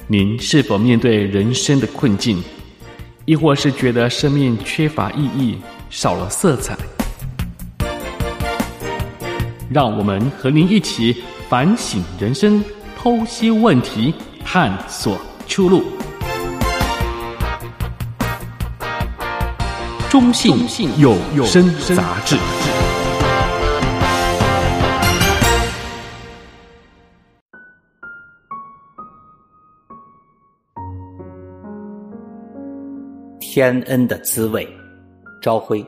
您是否面对人生的困境，亦或是觉得生命缺乏意义，少了色彩？让我们和您一起反省人生，剖析问题，探索出路。中信有声杂志。 天恩的滋味，朝晖。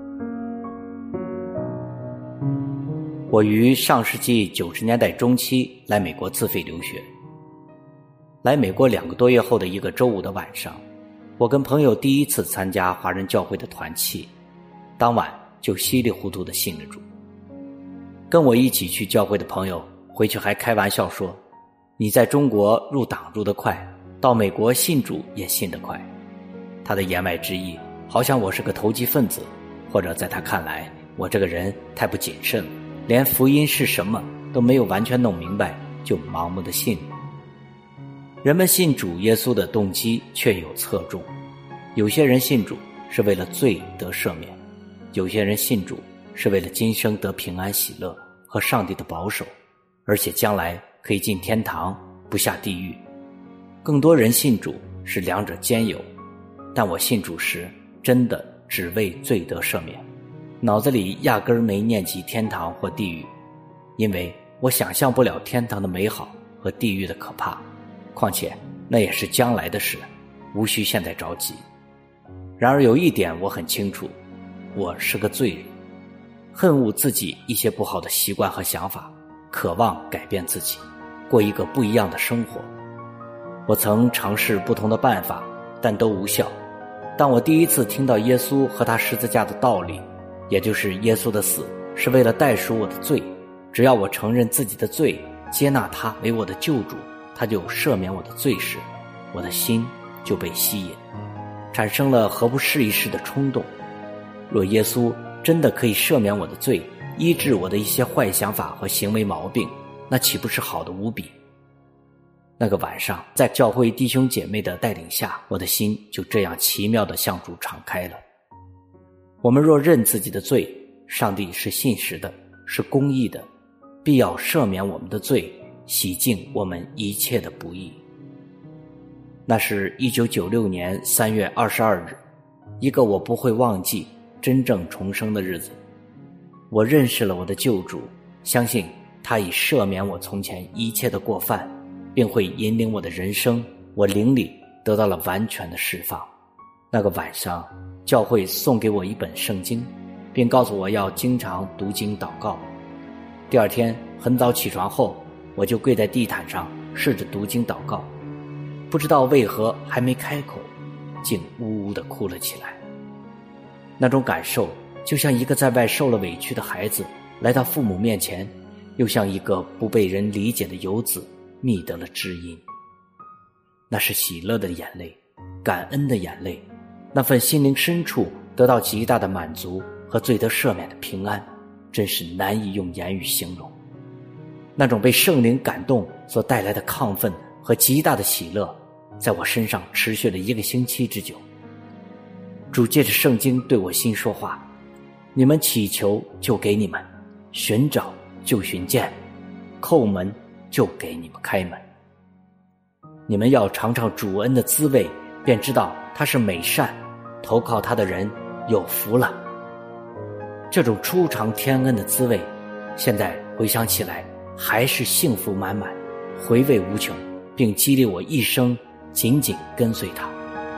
我于上世纪90年代中期来美国自费留学。来美国2个多月后的一个周五的晚上，我跟朋友第一次参加华人教会的团契，当晚就稀里糊涂地信了主。跟我一起去教会的朋友回去还开玩笑说，你在中国入党入得快，到美国信主也信得快。他的言外之意好像我是个投机分子，或者在他看来我这个人太不谨慎了，连福音是什么都没有完全弄明白就盲目的信了。人们信主耶稣的动机确有侧重，有些人信主是为了罪得赦免，有些人信主是为了今生得平安喜乐和上帝的保守，而且将来可以进天堂不下地狱。更多人信主是两者兼有，但我信主时真的只为罪得赦免，脑子里压根儿没念及天堂或地狱，因为我想象不了天堂的美好和地狱的可怕，况且那也是将来的事，无需现在着急。然而有一点我很清楚，我是个罪人，恨恶自己一些不好的习惯和想法，渴望改变自己，过一个不一样的生活。我曾尝试不同的办法，但都无效。当我第一次听到耶稣和他十字架的道理，也就是耶稣的死是为了代赎我的罪，只要我承认自己的罪，接纳他为我的救主，他就赦免我的罪时，我的心就被吸引，产生了何不试一试的冲动。若耶稣真的可以赦免我的罪，医治我的一些坏想法和行为毛病，那岂不是好得无比？那个晚上，在教会弟兄姐妹的带领下，我的心就这样奇妙地向主敞开了。我们若认自己的罪，上帝是信实的，是公义的，必要赦免我们的罪，洗净我们一切的不义。那是1996年3月22日，一个我不会忘记真正重生的日子。我认识了我的救主，相信他已赦免我从前一切的过犯，并会引领我的人生，我灵里得到了完全的释放。那个晚上，教会送给我一本圣经，并告诉我要经常读经祷告。第二天很早起床后，我就跪在地毯上试着读经祷告，不知道为何还没开口，竟呜呜地哭了起来。那种感受就像一个在外受了委屈的孩子来到父母面前，又像一个不被人理解的游子觅得了知音。那是喜乐的眼泪，感恩的眼泪，那份心灵深处得到极大的满足和罪得赦免的平安，真是难以用言语形容。那种被圣灵感动所带来的亢奋和极大的喜乐，在我身上持续了1个星期之久。主借着圣经对我心说话，你们祈求就给你们，寻找就寻见，叩门就给你们开门。你们要尝尝主恩的滋味，便知道他是美善，投靠他的人有福了。这种初尝天恩的滋味，现在回想起来还是幸福满满，回味无穷，并激励我一生紧紧跟随他。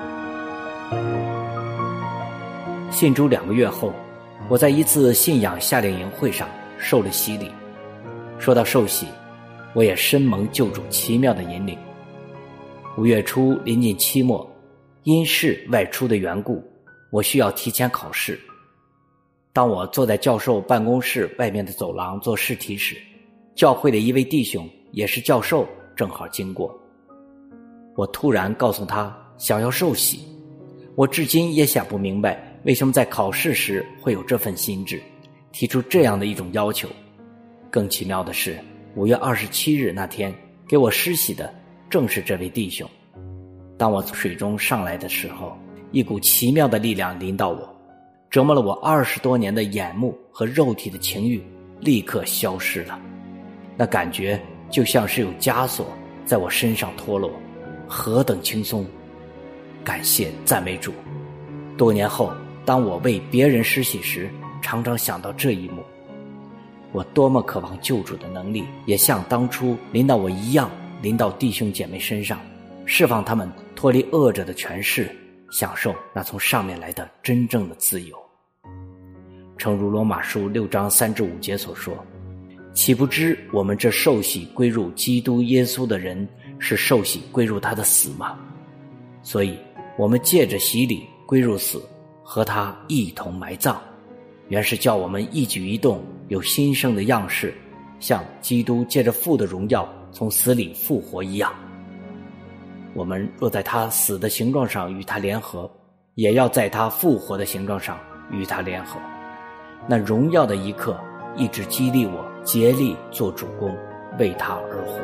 信主2个月后，我在一次信仰夏令营会上受了洗礼。说到受洗，我也深蒙救主奇妙的引领。5月初临近期末，因事外出的缘故，我需要提前考试。当我坐在教授办公室外面的走廊做试题时，教会的一位弟兄也是教授正好经过。我突然告诉他想要受洗，我至今也想不明白为什么在考试时会有这份心志，提出这样的一种要求。更奇妙的是，5月27日那天给我施洗的正是这位弟兄。当我从水中上来的时候，一股奇妙的力量临到我，折磨了我20多年的眼目和肉体的情欲立刻消失了。那感觉就像是有枷锁在我身上脱落，何等轻松！感谢赞美主。多年后，当我为别人施洗时，常常想到这一幕。我多么渴望救主的能力也像当初临到我一样，临到弟兄姐妹身上，释放他们脱离恶者的权势，享受那从上面来的真正的自由。诚如罗马书6章3至5节所说，岂不知我们这受洗归入基督耶稣的人，是受洗归入他的死吗？所以我们借着洗礼归入死，和他一同埋葬，原是叫我们一举一动有新生的样式，像基督借着父的荣耀从死里复活一样。我们若在他死的形状上与他联合，也要在他复活的形状上与他联合。那荣耀的一刻一直激励我竭力做主工，为他而活。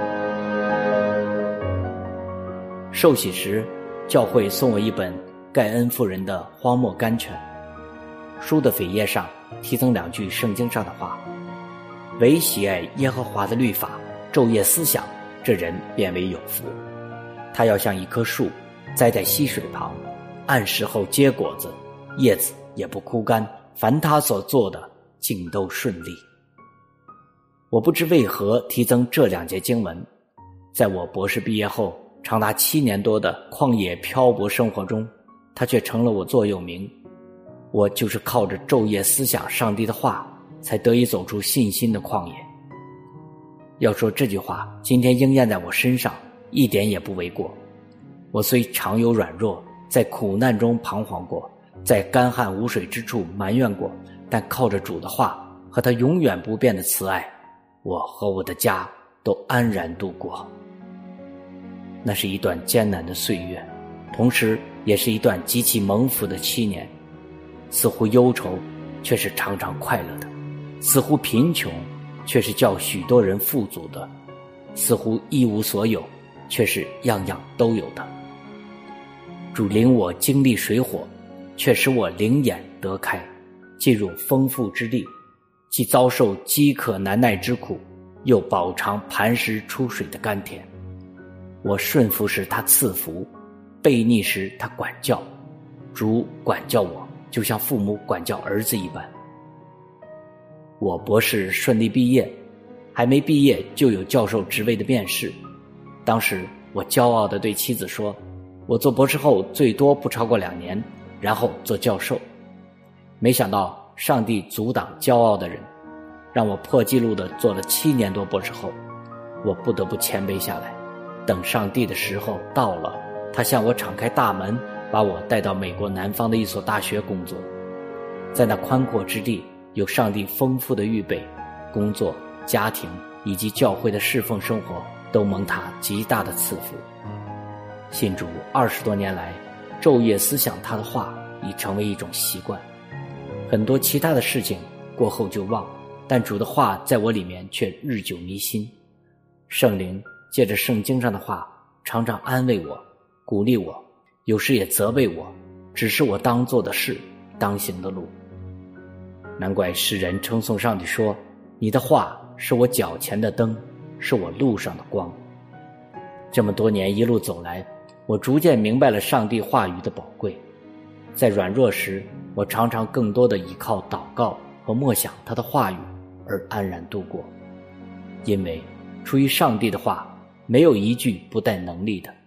受洗时，教会送我一本盖恩夫人的《荒漠甘泉》，书的扉页上题赠2句圣经上的话：唯喜爱耶和华的律法，昼夜思想，这人便为有福。他要像一棵树栽在溪水旁，按时候结果子，叶子也不枯干，凡他所做的尽都顺利。我不知为何题增这2节经文，在我博士毕业后长达7年多的旷野漂泊生活中，它却成了我座右铭。我就是靠着昼夜思想上帝的话，才得以走出信心的旷野。要说这句话今天应验在我身上，一点也不为过。我虽常有软弱，在苦难中彷徨过，在干旱无水之处埋怨过，但靠着主的话和他永远不变的慈爱，我和我的家都安然度过。那是一段艰难的岁月，同时也是一段极其蒙福的7年。似乎忧愁，却是常常快乐的；似乎贫穷，却是叫许多人富足的；似乎一无所有，却是样样都有的。主领我经历水火，却使我灵眼得开，进入丰富之地，既遭受饥渴难耐之苦，又饱尝磐石出水的甘甜。我顺服时他赐福，悖逆时他管教。主管教我，就像父母管教儿子一般。我博士顺利毕业，还没毕业就有教授职位的面试。当时我骄傲地对妻子说，我做博士后最多不超过2年，然后做教授。没想到上帝阻挡骄傲的人，让我破纪录地做了7年多博士后。我不得不谦卑下来，等上帝的时候到了，他向我敞开大门，把我带到美国南方的一所大学工作。在那宽阔之地，有上帝丰富的预备，工作、家庭以及教会的侍奉生活都蒙他极大的赐福。信主20多年来，昼夜思想他的话已成为一种习惯。很多其他的事情过后就忘，但主的话在我里面却日久弥新。圣灵借着圣经上的话常常安慰我，鼓励我，有时也责备我，指示我当做的事，当行的路。难怪诗人称颂上帝说，你的话是我脚前的灯，是我路上的光。这么多年一路走来，我逐渐明白了上帝话语的宝贵。在软弱时，我常常更多的依靠祷告和默想他的话语而安然度过。因为出于上帝的话，没有一句不带能力的。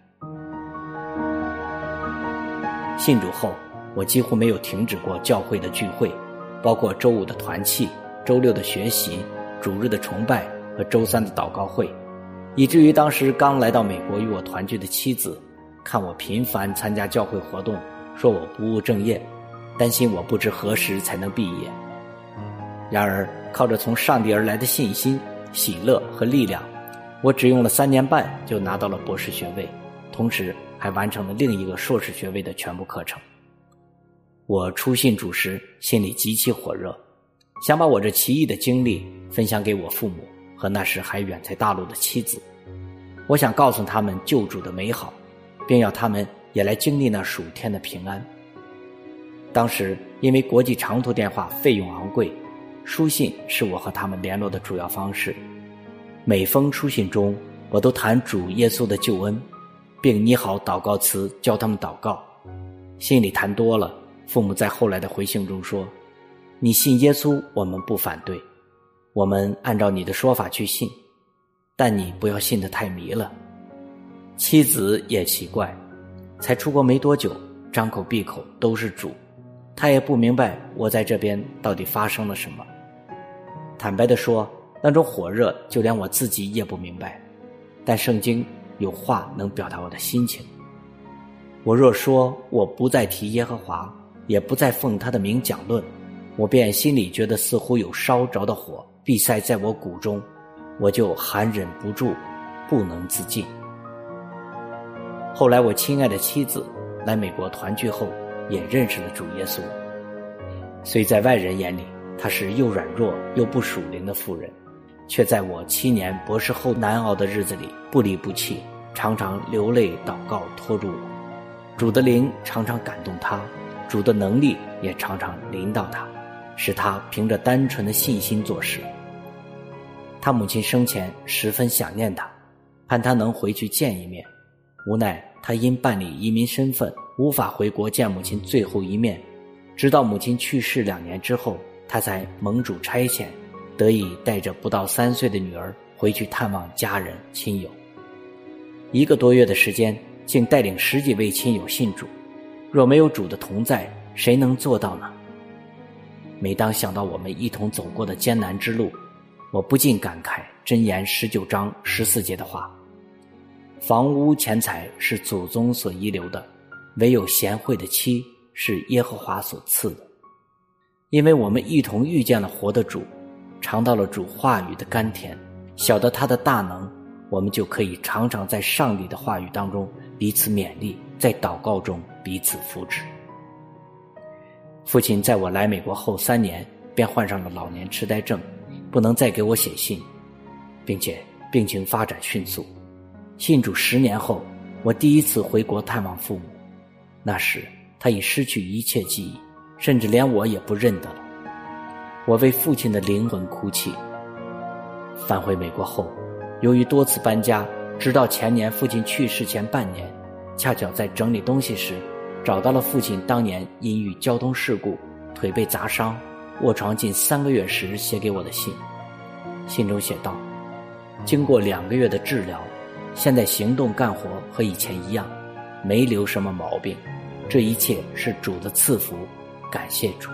信主后，我几乎没有停止过教会的聚会，包括周5的团契、周6的学习、主日的崇拜和周3的祷告会，以至于当时刚来到美国与我团聚的妻子，看我频繁参加教会活动，说我不务正业，担心我不知何时才能毕业。然而靠着从上帝而来的信心、喜乐和力量，我只用了3年半就拿到了博士学位，同时还完成了另一个硕士学位的全部课程。我初信主时心里极其火热，想把我这奇异的经历分享给我父母和那时还远在大陆的妻子。 我想告诉他们救主的美好，并要他们也来经历那属天的平安。当时因为国际长途电话费用昂贵，书信是我和他们联络的主要方式。每封书信中，我都谈主耶稣的救恩，并拟好祷告词教他们祷告。信里谈多了，父母在后来的回信中说，你信耶稣我们不反对，我们按照你的说法去信，但你不要信得太迷了。妻子也奇怪，才出国没多久，张口闭口都是主，她也不明白我在这边到底发生了什么。坦白地说，那种火热就连我自己也不明白，但圣经有话能表达我的心情。我若说我不再提耶和华，也不再奉他的名讲论，我便心里觉得似乎有烧着的火闭塞在我骨中，我就含忍不住，不能自禁。后来我亲爱的妻子来美国团聚后，也认识了主耶稣。虽在外人眼里她是又软弱又不属灵的妇人，却在我7年博士后难熬的日子里不离不弃，常常流泪祷告拖住我。主的灵常常感动她，主的能力也常常临到她，使她凭着单纯的信心做事。她母亲生前十分想念她，盼她能回去见一面，无奈她因办理移民身份无法回国见母亲最后一面，直到母亲去世2年之后，她才蒙主差遣，得以带着不到3岁的女儿回去探望家人亲友。1个多月的时间，竟带领10几位亲友信主，若没有主的同在，谁能做到呢？每当想到我们一同走过的艰难之路，我不禁感慨箴言19章14节的话，房屋钱财是祖宗所遗留的，唯有贤惠的妻是耶和华所赐的。因为我们一同遇见了活的主，尝到了主话语的甘甜，晓得他的大能，我们就可以常常在上帝的话语当中彼此勉励，在祷告中彼此扶持。父亲在我来美国后3年便患上了老年痴呆症，不能再给我写信，并且病情发展迅速。信主10年后，我第一次回国探望父母，那时他已失去一切记忆，甚至连我也不认得了。我为父亲的灵魂哭泣。返回美国后，由于多次搬家，直到前年父亲去世前半年，恰巧在整理东西时，找到了父亲当年因遇交通事故腿被砸伤卧床近3个月时写给我的信。信中写道，经过2个月的治疗，现在行动干活和以前一样，没留什么毛病，这一切是主的赐福，感谢主。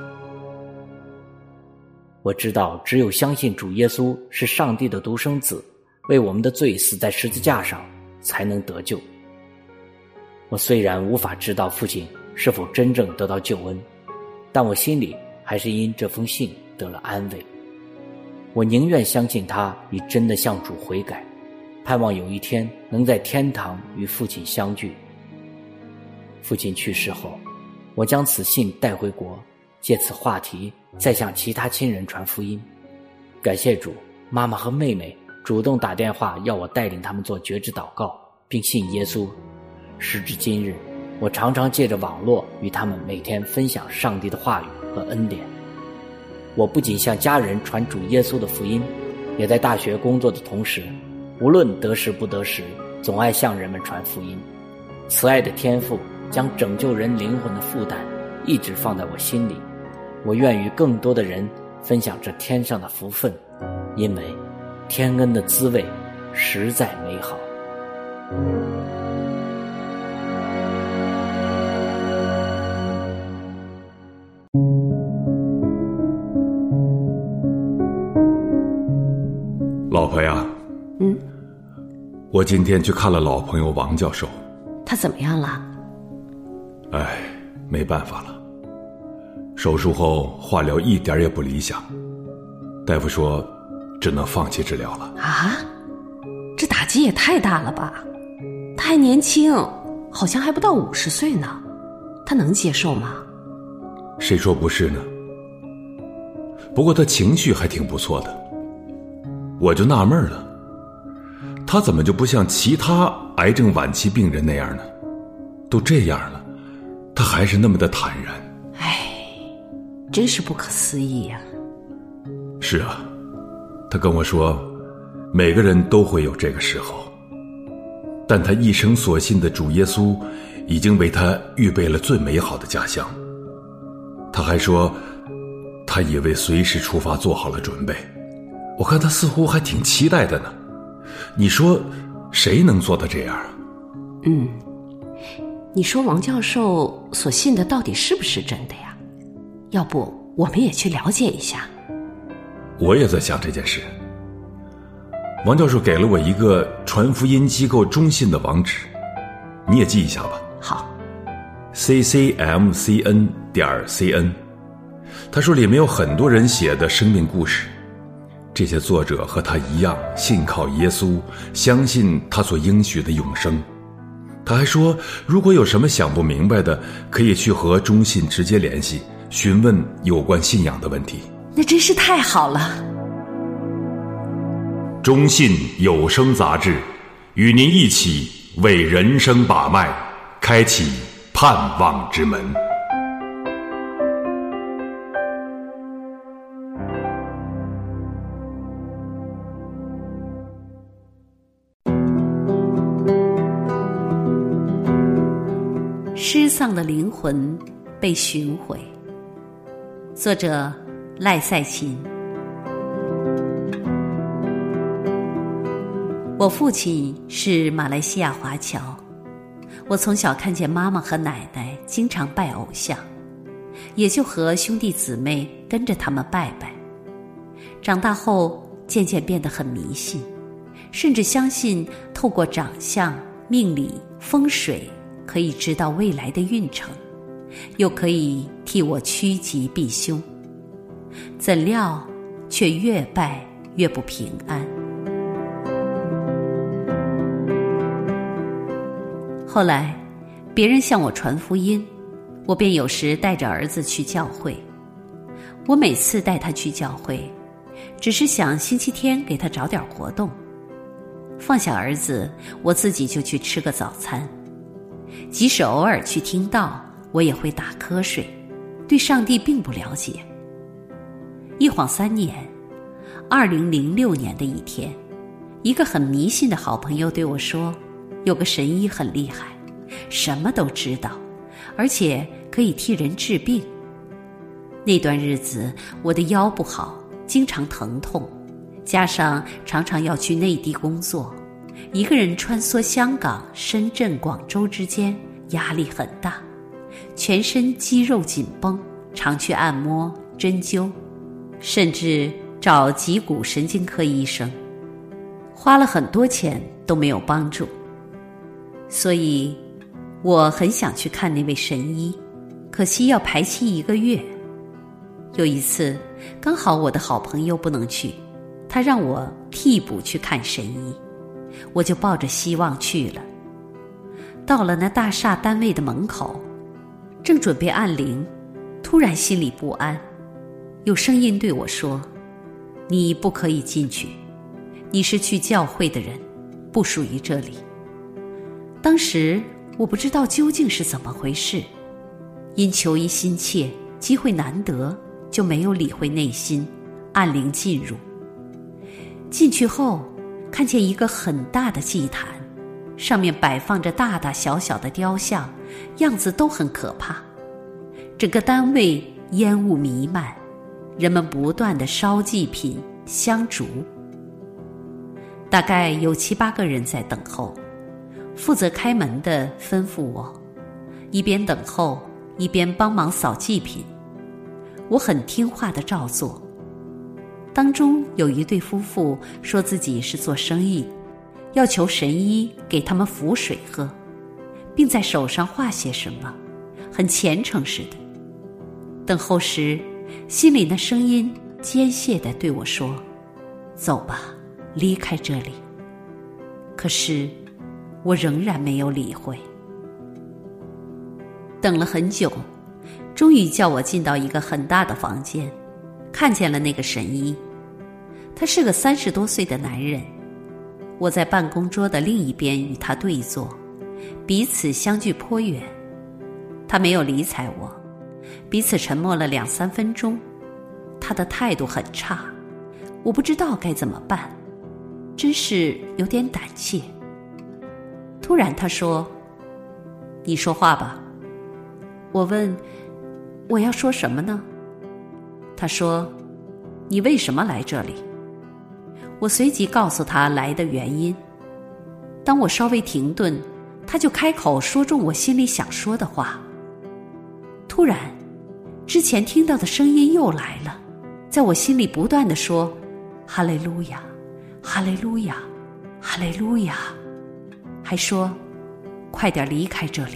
我知道只有相信主耶稣是上帝的独生子，为我们的罪死在十字架上，才能得救。我虽然无法知道父亲是否真正得到救恩，但我心里还是因这封信得了安慰。我宁愿相信他已真的向主悔改，盼望有一天能在天堂与父亲相聚。父亲去世后，我将此信带回国，借此话题再向其他亲人传福音。感谢主，妈妈和妹妹主动打电话要我带领他们做觉知祷告，并信耶稣。时至今日，我常常借着网络与他们每天分享上帝的话语和恩典。我不仅向家人传主耶稣的福音，也在大学工作的同时，无论得时不得时，总爱向人们传福音。慈爱的天父将拯救人灵魂的负担一直放在我心里，我愿与更多的人分享这天上的福分，因为天恩的滋味实在美好。 老婆呀，我今天去看了老朋友王教授。 他怎么样了？ 哎，没办法了，手术后化疗一点也不理想，大夫说只能放弃治疗了。 啊，这打击也太大了吧？他还年轻，好像还不到50岁呢，他能接受吗？ 谁说不是呢？不过他情绪还挺不错的，我就纳闷了， 他怎么就不像其他癌症晚期病人那样呢？都这样了，他还是那么的坦然。 真是不可思议呀。 是啊，他跟我说，每个人都会有这个时候，但他一生所信的主耶稣已经为他预备了最美好的家乡。他还说，他也为随时出发做好了准备。我看他似乎还挺期待的呢。你说，谁能做到这样啊？ 你说王教授所信的到底是不是真的呀？要不我们也去了解一下。 我也在想这件事。王教授给了我一个传福音机构中信的网址，你也记一下吧。 好， ccmcn.cn。 他说里面有很多人写的生命故事，这些作者和他一样信靠耶稣，相信他所应许的永生。他还说，如果有什么想不明白的，可以去和中信直接联系，询问有关信仰的问题。 那真是太好了。 中信有声杂志与您一起为人生把脉，开启盼望之门。 失丧的灵魂被寻回，作者赖赛琴。我父亲是马来西亚华侨，我从小看见妈妈和奶奶经常拜偶像，也就和兄弟姊妹跟着他们拜拜。长大后渐渐变得很迷信，甚至相信透过长相、命理、风水可以知道未来的运程，又可以替我趋吉避凶。怎料却越拜越不平安。后来别人向我传福音，我便有时带着儿子去教会。我每次带他去教会，只是想星期天给他找点活动。放下儿子，我自己就去吃个早餐。即使偶尔去听道，我也会打瞌睡，对上帝并不了解。一晃3年，2006年的一天，一个很迷信的好朋友对我说，有个神医很厉害，什么都知道，而且可以替人治病。那段日子我的腰不好，经常疼痛，加上常常要去内地工作，一个人穿梭香港、深圳、广州之间，压力很大，全身肌肉紧绷，常去按摩、针灸，甚至找脊骨神经科医生，花了很多钱都没有帮助。所以我很想去看那位神医，可惜要排期1个月。有一次刚好我的好朋友不能去，他让我替补去看神医，我就抱着希望去了。到了那大厦单位的门口，正准备按铃，突然心里不安，有声音对我说，你不可以进去，你是去教会的人，不属于这里。当时我不知道究竟是怎么回事，因求医心切，机会难得，就没有理会内心，按铃进入。进去后看见一个很大的祭坛，上面摆放着大大小小的雕像，样子都很可怕。整个单位烟雾弥漫，人们不断地烧祭品、香烛。大概有7、8个人在等候，负责开门的吩咐我，一边等候一边帮忙扫祭品。我很听话地照做。当中有一对夫妇说自己是做生意，要求神医给他们符水喝，并在手上画些什么，很虔诚似的。等候时，心里那声音艰谢地对我说，走吧，离开这里。可是我仍然没有理会。等了很久，终于叫我进到一个很大的房间，看见了那个神医。他是个30多岁的男人， 我在办公桌的另一边与他对坐，彼此相距颇远。他没有理睬我，彼此沉默了2-3分钟。他的态度很差，我不知道该怎么办，真是有点胆怯。突然他说：“你说话吧。”我问：“我要说什么呢？”他说：“你为什么来这里？”我随即告诉他来的原因。当我稍微停顿，他就开口说中我心里想说的话。突然，之前听到的声音又来了，在我心里不断地说：“哈利路亚，哈利路亚，哈利路亚。”还说：“快点离开这里。”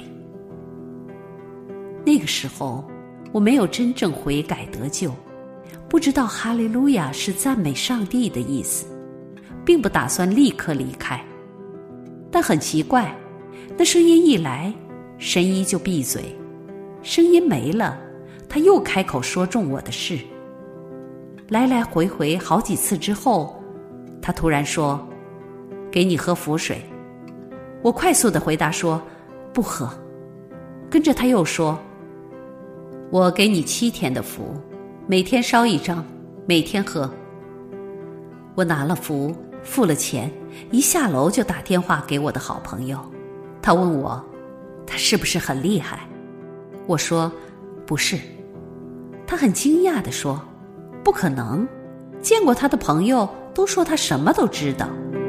那个时候，我没有真正悔改得救，不知道哈利路亚是赞美上帝的意思，并不打算立刻离开。但很奇怪，那声音一来，神医就闭嘴；声音没了，他又开口说中我的事。来来回回好几次之后，他突然说：“给你喝符水。”我快速地回答说：“不喝。”跟着他又说：“我给你7天的符，每天烧1张，每天喝。”我拿了符，付了钱，一下楼就打电话给我的好朋友。他问我，他是不是很厉害？我说不是。他很惊讶地说：“不可能，见过他的朋友都说他什么都知道。”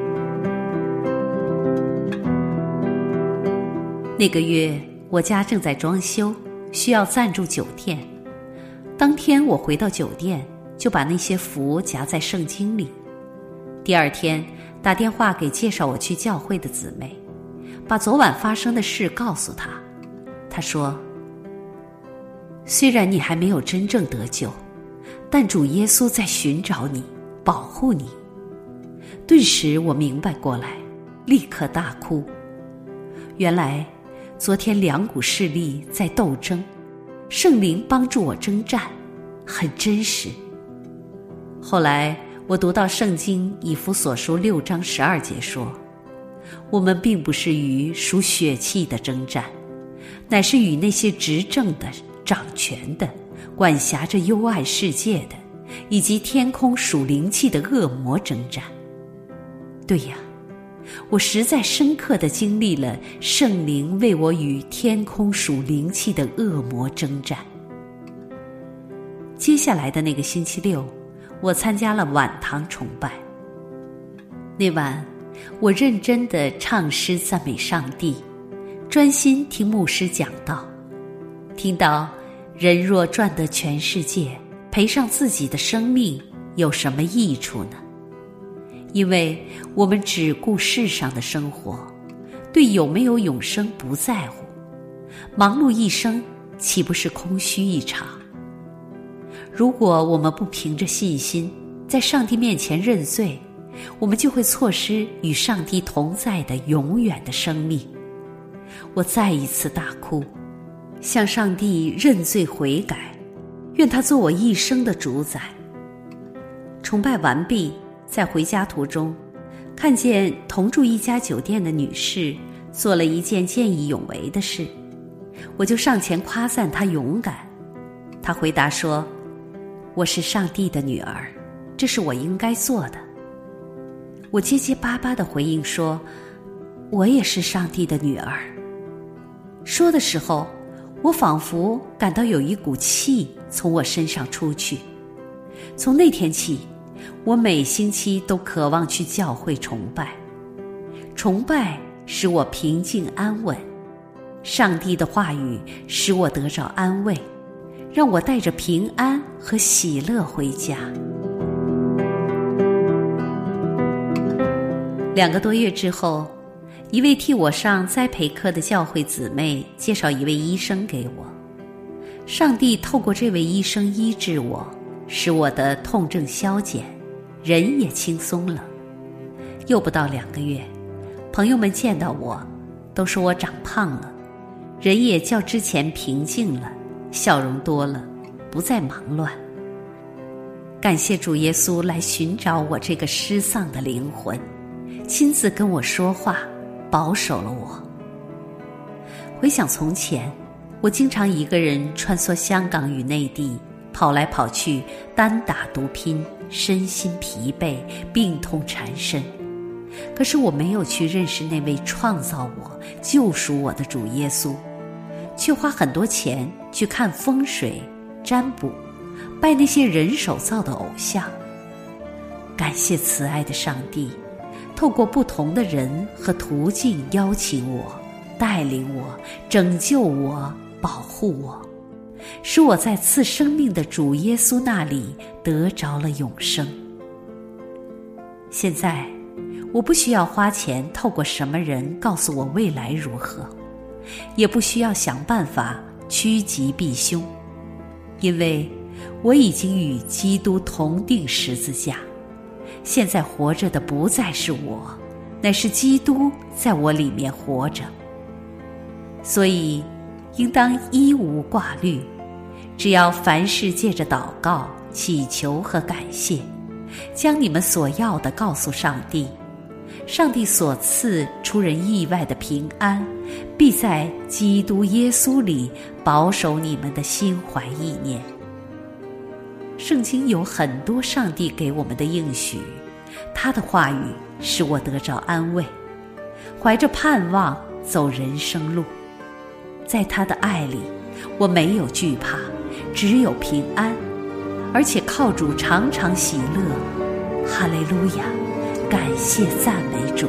那个月我家正在装修，需要暂住酒店。当天我回到酒店，就把那些符夹在圣经里。第二天打电话给介绍我去教会的姊妹，把昨晚发生的事告诉她。她说：“虽然你还没有真正得救，但主耶稣在寻找你，保护你。”顿时我明白过来，立刻大哭。原来昨天2股势力在斗争，圣灵帮助我征战，很真实。后来我读到圣经以弗所书6章12节说：“我们并不是与属血气的征战，乃是与那些执政的、掌权的、管辖着幽暗世界的，以及天空属灵气的恶魔征战。”对呀，我实在深刻地经历了圣灵为我与天空属灵气的恶魔征战。接下来的那个星期六，我参加了晚堂崇拜。那晚，我认真地唱诗赞美上帝，专心听牧师讲道。听到人若赚得全世界，赔上自己的生命，有什么益处呢？因为我们只顾世上的生活，对有没有永生不在乎，忙碌一生，岂不是空虚一场？如果我们不凭着信心在上帝面前认罪，我们就会错失与上帝同在的永远的生命。我再一次大哭，向上帝认罪悔改，愿他做我一生的主宰。崇拜完毕，在回家途中，看见同住一家酒店的女士做了一件见义勇为的事，我就上前夸赞她勇敢。她回答说：“我是上帝的女儿，这是我应该做的。”我结结巴巴地回应说：“我也是上帝的女儿。”说的时候，我仿佛感到有一股气从我身上出去。从那天起，我每星期都渴望去教会崇拜。崇拜使我平静安稳，上帝的话语使我得着安慰，让我带着平安和喜乐回家。2个多月之后，一位替我上栽培课的教会姊妹介绍一位医生给我。上帝透过这位医生医治我，使我的痛症消减，人也轻松了。又不到2个月，朋友们见到我，都说我长胖了，人也较之前平静了，笑容多了，不再忙乱。感谢主耶稣来寻找我这个失丧的灵魂， 亲自跟我说话，保守了我。回想从前，我经常一个人穿梭香港与内地，跑来跑去，单打独拼，身心疲惫，病痛缠身。可是我没有去认识那位创造我、救赎我的主耶稣，却花很多钱去看风水、占卜，拜那些人手造的偶像。感谢慈爱的上帝，透过不同的人和途径邀请我、带领我、拯救我、保护我，使我在赐生命的主耶稣那里得着了永生。现在我不需要花钱透过什么人告诉我未来如何，也不需要想办法趋吉避凶，因为我已经与基督同定十字架。现在活着的不再是我，乃是基督在我里面活着。所以应当一无挂虑，只要凡事借着祷告、祈求和感谢，将你们所要的告诉上帝，上帝所赐出人意外的平安，必在基督耶稣里保守你们的心怀意念。圣经有很多上帝给我们的应许，他的话语使我得着安慰，怀着盼望走人生路。在他的爱里，我没有惧怕，只有平安，而且靠主常常喜乐。哈利路亚，感谢赞美主。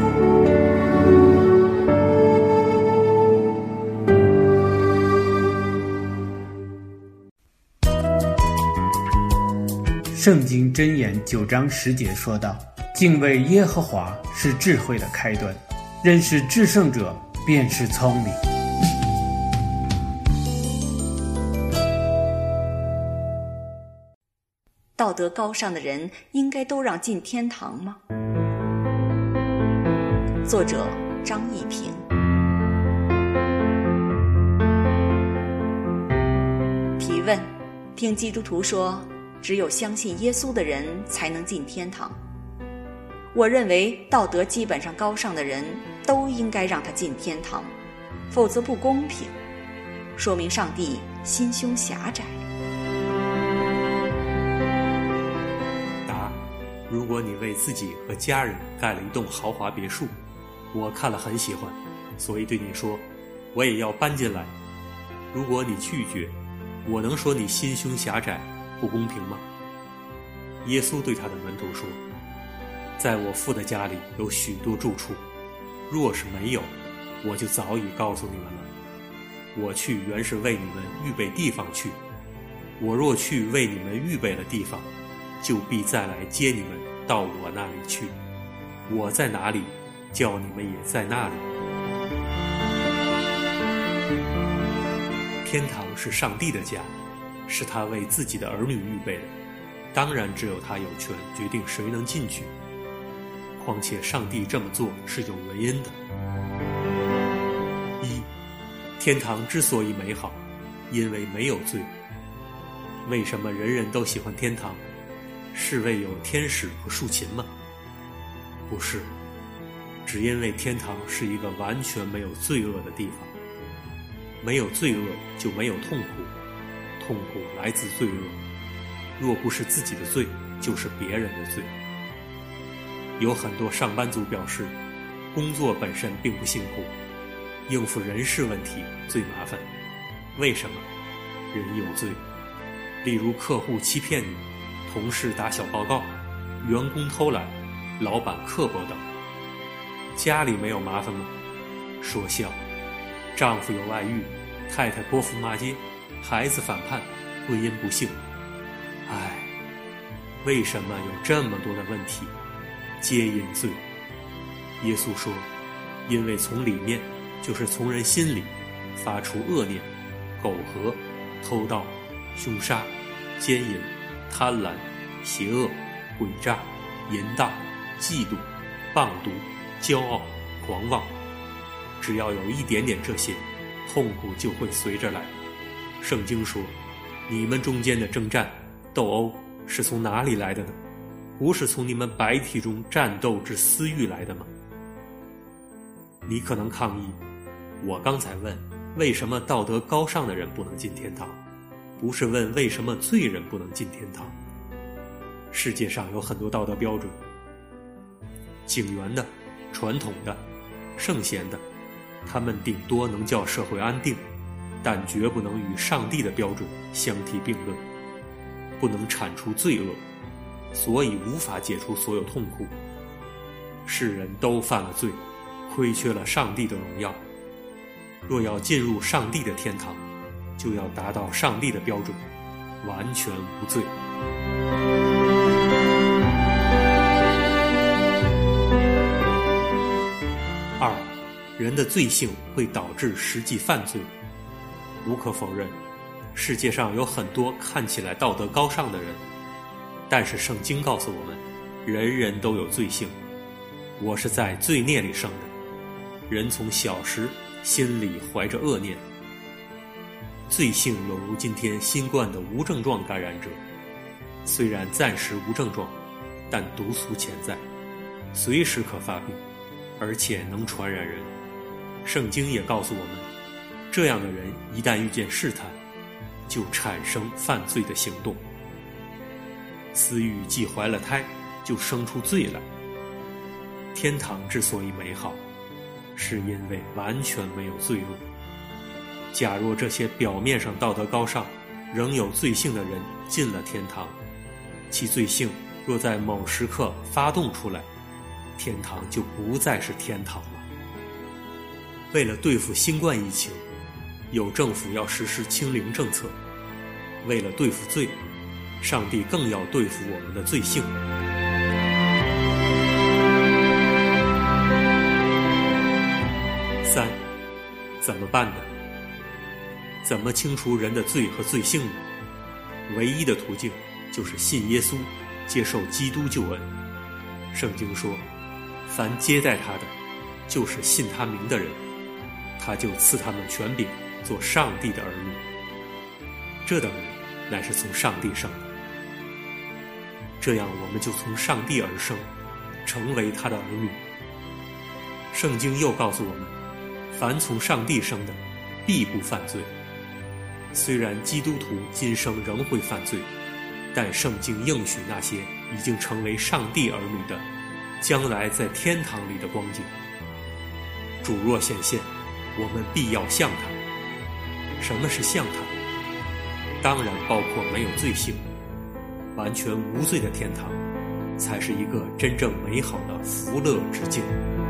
圣经箴言9章10节说道：敬畏耶和华是智慧的开端，认识至圣者便是聪明。 道德高尚的人应该都让进天堂吗？作者张一平。提问：听基督徒说，只有相信耶稣的人才能进天堂。我认为道德基本上高尚的人都应该让他进天堂，否则不公平，说明上帝心胸狭窄。 答：如果你为自己和家人盖了一栋豪华别墅，我看了很喜欢，所以对你说，我也要搬进来。如果你拒绝，我能说你心胸狭窄不公平吗？耶稣对他的门徒说，在我父的家里有许多住处，若是没有，我就早已告诉你们了。我去原是为你们预备地方去，我若去为你们预备了地方，就必再来接你们到我那里去。我在哪里，叫你们也在那里。天堂是上帝的家，是他为自己的儿女预备的，当然只有他有权决定谁能进去。况且上帝这么做是有原因的。一，天堂之所以美好，因为没有罪。为什么人人都喜欢天堂？是为有天使和竖琴吗？不是，只因为天堂是一个完全没有罪恶的地方。没有罪恶就没有痛苦，痛苦来自罪恶，若不是自己的罪，就是别人的罪。有很多上班族表示，工作本身并不辛苦，应付人事问题最麻烦。为什么？人有罪。例如客户欺骗你，同事打小报告，员工偷懒，老板刻薄等。家里没有麻烦吗？说笑。丈夫有外遇，太太泼妇骂街，孩子反叛，婚姻不幸。唉，为什么有这么多的问题？皆因罪。耶稣说，因为从里面，就是从人心里发出恶念、苟合、偷盗、凶杀、奸淫、贪婪、邪恶、诡诈、淫荡、嫉妒、谤毒、骄傲、狂妄。只要有一点点这些，痛苦就会随着来。圣经说，你们中间的征战、斗殴是从哪里来的呢？ 不是从你们白体中战斗之私欲来的吗？你可能抗议，我刚才问为什么道德高尚的人不能进天堂，不是问为什么罪人不能进天堂。世界上有很多道德标准，警员的、传统的、圣贤的，他们顶多能叫社会安定，但绝不能与上帝的标准相提并论，不能铲除罪恶，所以无法解除所有痛苦。世人都犯了罪，亏缺了上帝的荣耀。若要进入上帝的天堂，就要达到上帝的标准，完全无罪。二，人的罪性会导致实际犯罪。无可否认，世界上有很多看起来道德高尚的人，但是圣经告诉我们，人人都有罪性。我是在罪孽里生的，人从小时心里怀着恶念。罪性有如今天新冠的无症状感染者，虽然暂时无症状，但毒素潜在，随时可发病，而且能传染人。圣经也告诉我们，这样的人一旦遇见试探，就产生犯罪的行动。私欲既怀了胎，就生出罪来。天堂之所以美好，是因为完全没有罪恶。假若这些表面上道德高尚，仍有罪性的人进了天堂，其罪性若在某时刻发动出来，天堂就不再是天堂了。为了对付新冠疫情，有政府要实施清零政策。为了对付罪，上帝更要对付我们的罪性。三，怎么办呢？怎么清除人的罪和罪性呢？唯一的途径就是信耶稣，接受基督救恩。圣经说，凡接待他的，就是信他名的人，他就赐他们权柄，做上帝的儿女。这等人乃是从上帝生的，这样我们就从上帝而生，成为他的儿女。圣经又告诉我们，凡从上帝生的，必不犯罪。虽然基督徒今生仍会犯罪，但圣经应许那些已经成为上帝儿女的，将来在天堂里的光景。主若显现，我们必要像他。什么是像他？当然包括没有罪性，完全无罪的天堂，才是一个真正美好的福乐之境。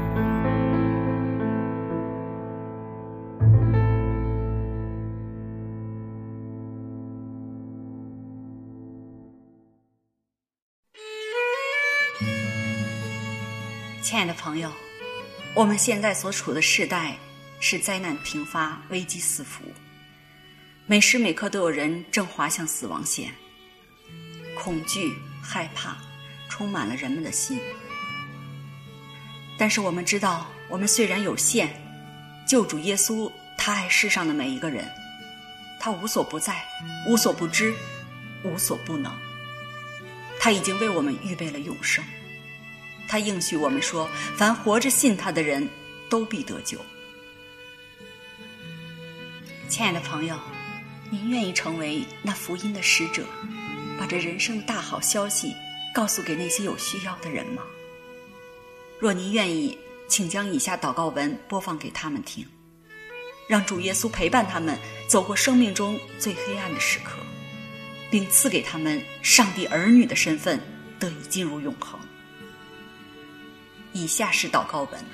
亲爱的朋友，我们现在所处的时代是灾难频发，危机四伏，每时每刻都有人正滑向死亡线，恐惧、害怕充满了人们的心。但是我们知道，我们虽然有限，救主耶稣他爱世上的每一个人，他无所不在，无所不知，无所不能，他已经为我们预备了永生。他应许我们说，凡活着信他的人都必得救。亲爱的朋友，您愿意成为那福音的使者，把这人生的大好消息告诉给那些有需要的人吗？若您愿意，请将以下祷告文播放给他们听，让主耶稣陪伴他们走过生命中最黑暗的时刻，并赐给他们上帝儿女的身份，得以进入永恒。以下是祷告文。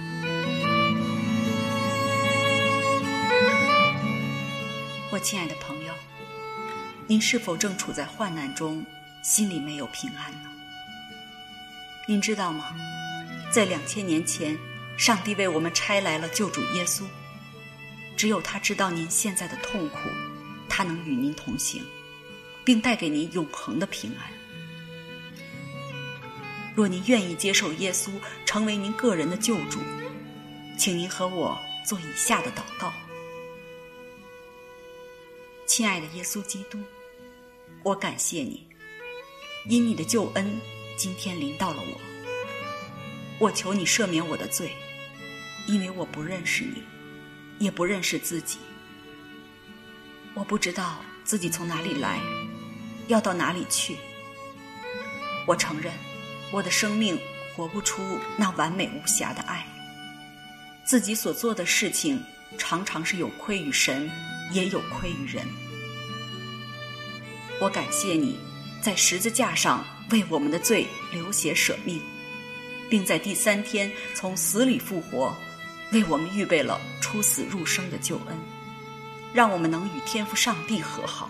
我亲爱的朋友，您是否正处在患难中，心里没有平安呢？您知道吗？在2000年前，上帝为我们差来了救主耶稣，只有他知道您现在的痛苦，他能与您同行，并带给您永恒的平安。若您愿意接受耶稣成为您个人的救主，请您和我做以下的祷告。亲爱的耶稣基督，我感谢你，因你的救恩今天临到了我。我求你赦免我的罪，因为我不认识你，也不认识自己。我不知道自己从哪里来，要到哪里去。我承认我的生命活不出那完美无瑕的爱，自己所做的事情常常是有亏于神，也有亏于人。我感谢你在十字架上为我们的罪流血舍命，并在第3天从死里复活，为我们预备了出死入生的救恩，让我们能与天父上帝和好。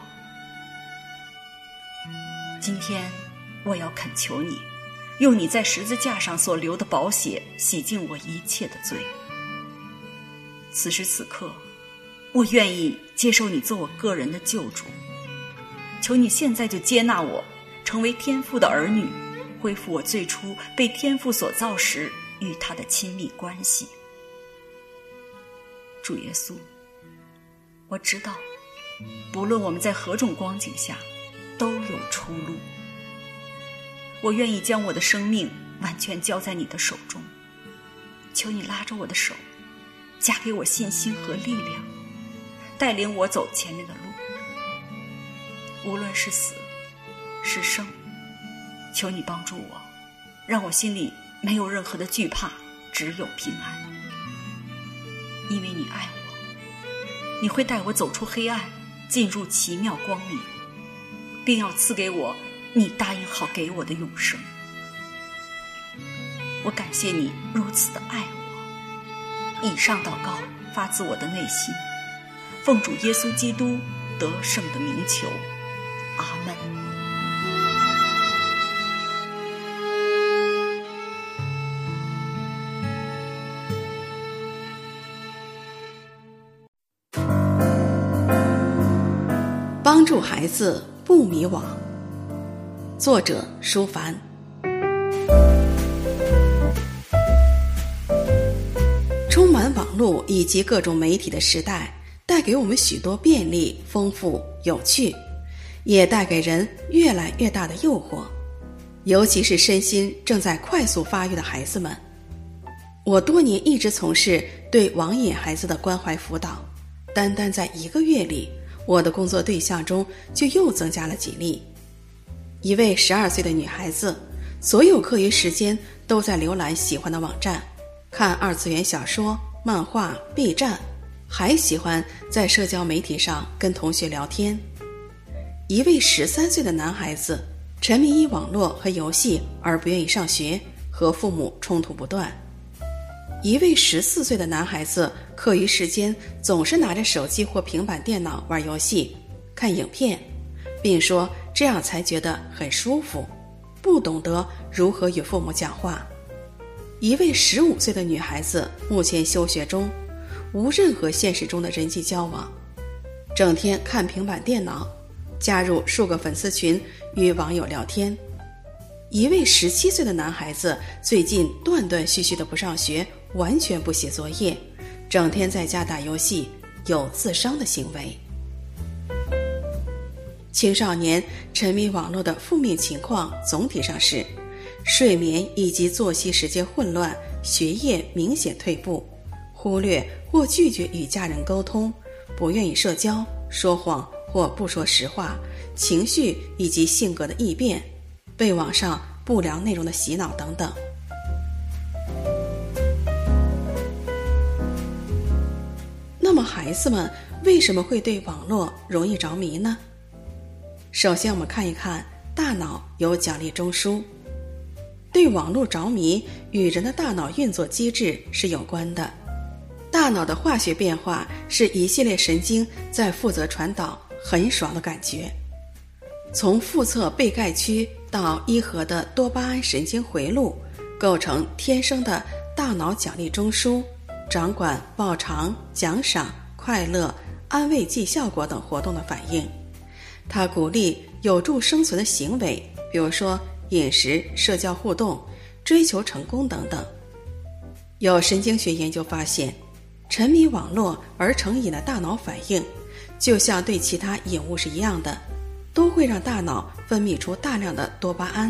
今天我要恳求你，用你在十字架上所流的宝血洗净我一切的罪。此时此刻，我愿意接受你做我个人的救主，求你现在就接纳我，成为天父的儿女，恢复我最初被天父所造时与他的亲密关系。主耶稣，我知道不论我们在何种光景下都有出路。我愿意将我的生命完全交在你的手中，求你拉着我的手，加给我信心和力量，带领我走前面的路。无论是死是生，求你帮助我，让我心里没有任何的惧怕，只有平安。因为你爱我，你会带我走出黑暗，进入奇妙光明，并要赐给我你答应好给我的永生。我感谢你如此的爱我。以上祷告发自我的内心，奉主耶稣基督得胜的名求，阿门。 帮助孩子不迷惘，作者舒凡。充满网络以及各种媒体的时代，带给我们许多便利、丰富、有趣，也带给人越来越大的诱惑，尤其是身心正在快速发育的孩子们。我多年一直从事对网瘾孩子的关怀辅导，单单在1个月里，我的工作对象中就又增加了几例。一位12岁的女孩子，所有课余时间都在浏览喜欢的网站，看2次元小说、漫画、B 站，还喜欢在社交媒体上跟同学聊天。一位13岁的男孩子，沉迷于网络和游戏而不愿意上学，和父母冲突不断。一位14岁的男孩子，课余时间总是拿着手机或平板电脑玩游戏、看影片，并说这样才觉得很舒服，不懂得如何与父母讲话。一位15岁的女孩子，目前休学中，无任何现实中的人际交往，整天看平板电脑，加入数个粉丝群与网友聊天。一位17岁的男孩子，最近断断续续的不上学，完全不写作业，整天在家打游戏，有自伤的行为。青少年沉迷网络的负面情况总体上是睡眠以及作息时间混乱，学业明显退步，忽略或拒绝与家人沟通，不愿意社交，说谎或不说实话，情绪以及性格的异变，被网上不良内容的洗脑等等。那么孩子们为什么会对网络容易着迷呢？首先我们看一看大脑有奖励中枢。对网络着迷与人的大脑运作机制是有关的。大脑的化学变化是一系列神经在负责传导很爽的感觉。从腹侧背盖区到一核的多巴胺神经回路，构成天生的大脑奖励中枢，掌管报偿、奖赏、快乐、安慰剂效果等活动的反应。它鼓励有助生存的行为，比如说饮食、社交互动、追求成功等等。有神经学研究发现，沉迷网络而成瘾的大脑反应，就像对其他瘾物是一样的，都会让大脑分泌出大量的多巴胺，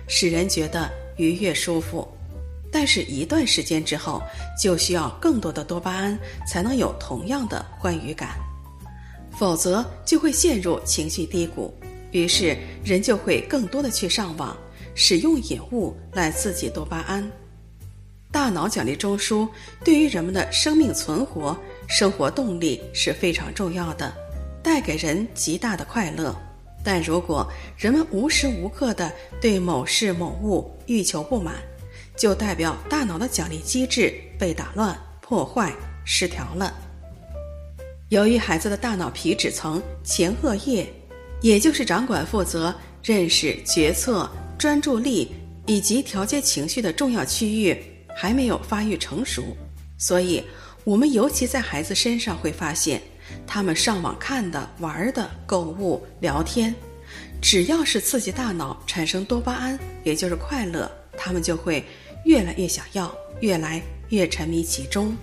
使人觉得愉悦舒服，但是一段时间之后就需要更多的多巴胺才能有同样的欢愉感，否则就会陷入情绪低谷，于是人就会更多的去上网，使用瘾物来刺激多巴胺。大脑奖励中枢对于人们的生命存活、生活动力是非常重要的，带给人极大的快乐。但如果人们无时无刻地对某事某物欲求不满，就代表大脑的奖励机制被打乱、破坏、失调了。由于孩子的大脑皮质层前额叶，也就是掌管负责认识、决策、专注力以及调节情绪的重要区域还没有发育成熟，所以我们尤其在孩子身上会发现，他们上网看的、玩的、购物、聊天，只要是刺激大脑产生多巴胺，也就是快乐，他们就会越来越想要，越来越沉迷其中。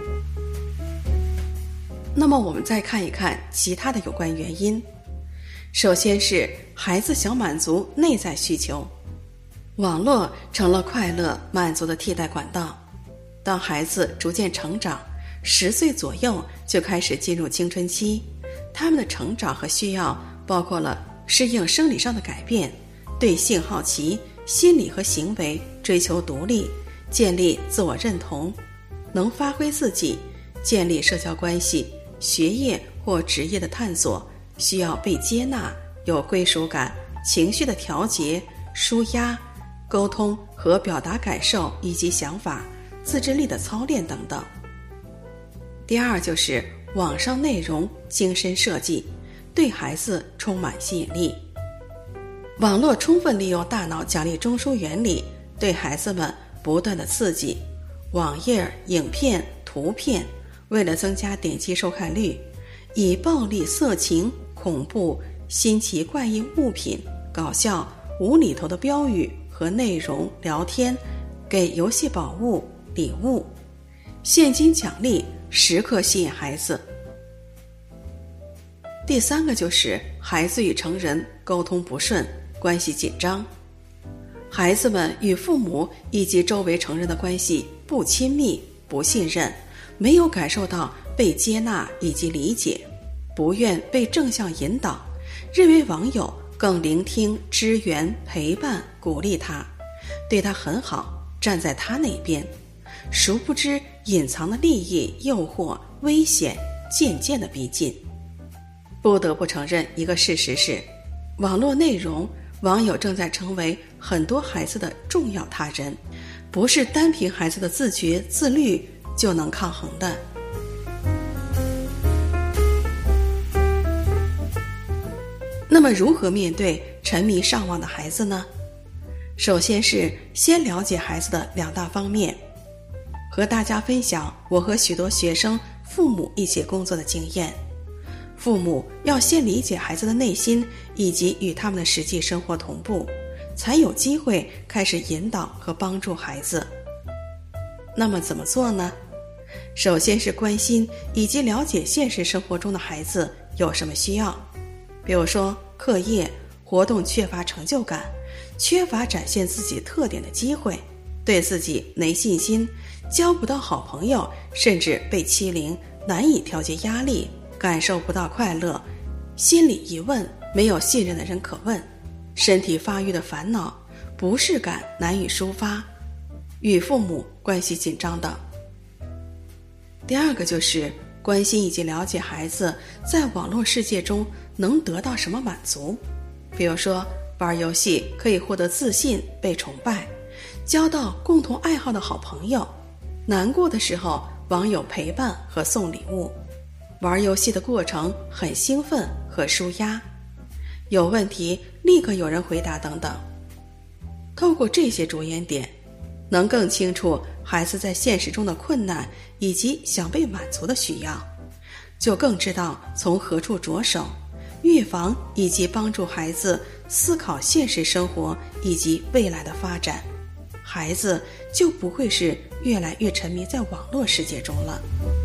那么我们再看一看其他的有关原因。首先是孩子想满足内在需求，网络成了快乐满足的替代管道。当孩子逐渐成长，10岁左右就开始进入青春期，他们的成长和需要包括了适应生理上的改变，对性好奇，心理和行为追求独立，建立自我认同，能发挥自己，建立社交关系，学业或职业的探索，需要被接纳，有归属感，情绪的调节、抒压、沟通和表达感受以及想法，自制力的操练等等。第二就是网上内容精深设计，对孩子充满吸引力。网络充分利用大脑奖励中枢原理，对孩子们不断的刺激，网页、影片、图片，为了增加点击收看率，以暴力、色情、恐怖、新奇怪异物品、搞笑、无厘头的标语和内容聊天，给游戏宝物、礼物、现金奖励，时刻吸引孩子。第三个就是孩子与成人沟通不顺，关系紧张。孩子们与父母以及周围成人的关系不亲密、不信任，没有感受到被接纳以及理解，不愿被正向引导，认为网友更聆听、支援、陪伴、鼓励他，对他很好，站在他那边，殊不知隐藏的利益、诱惑、危险渐渐的逼近。不得不承认一个事实是，网络内容、网友正在成为很多孩子的重要他人，不是单凭孩子的自觉、自律就能抗衡的。那么如何面对沉迷上网的孩子呢？首先是先了解孩子的2大方面，和大家分享我和许多学生、父母一起工作的经验。父母要先理解孩子的内心以及与他们的实际生活同步，才有机会开始引导和帮助孩子。那么怎么做呢？首先是关心以及了解现实生活中的孩子有什么需要，比如说课业、活动缺乏成就感，缺乏展现自己特点的机会，对自己没信心，交不到好朋友，甚至被欺凌，难以调节压力，感受不到快乐，心理疑问，没有信任的人可问，身体发育的烦恼，不适感难以抒发，与父母关系紧张等。第二个就是关心以及了解孩子在网络世界中能得到什么满足，比如说玩游戏可以获得自信、被崇拜，交到共同爱好的好朋友，难过的时候网友陪伴和送礼物，玩游戏的过程很兴奋和抒压，有问题立刻有人回答等等。透过这些着眼点，能更清楚孩子在现实中的困难以及想被满足的需要，就更知道从何处着手，预防以及帮助孩子思考现实生活以及未来的发展，孩子就不会是越来越沉迷在网络世界中了。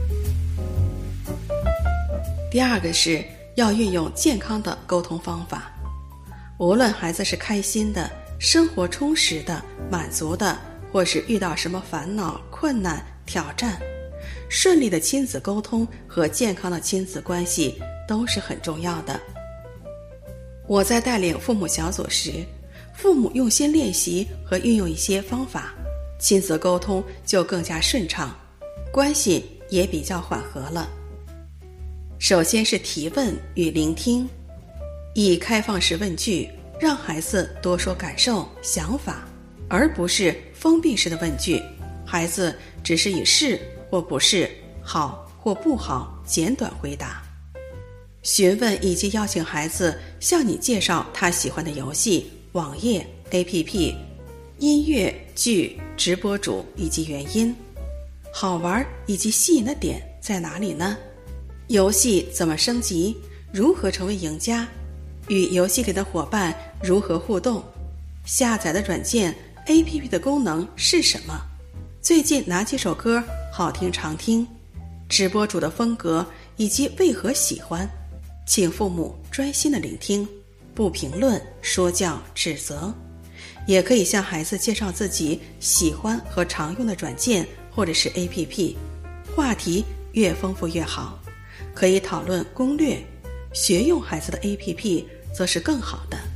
第二个是要运用健康的沟通方法，无论孩子是开心的、 生活充实的、满足的，或是遇到什么烦恼、困难、挑战，顺利的亲子沟通和健康的亲子关系都是很重要的。我在带领父母小组时，父母用心练习和运用一些方法，亲子沟通就更加顺畅，关系也比较缓和了。首先是提问与聆听，以开放式问句让孩子多说感受、想法，而不是封闭式的问句，孩子只是以是或不是、好或不好简短回答。询问以及邀请孩子向你介绍他喜欢的游戏、网页、APP、音乐、剧、直播主以及原因。好玩以及吸引的点在哪里呢？游戏怎么升级？如何成为赢家？与游戏里的伙伴如何互动？下载的软件 APP 的功能是什么？最近哪几首歌好听常听？直播主的风格以及为何喜欢？请父母专心的聆听，不评论、说教、指责。也可以向孩子介绍自己喜欢和常用的软件或者是 APP， 话题越丰富越好，可以讨论攻略。学用孩子的 APP 则是更好的。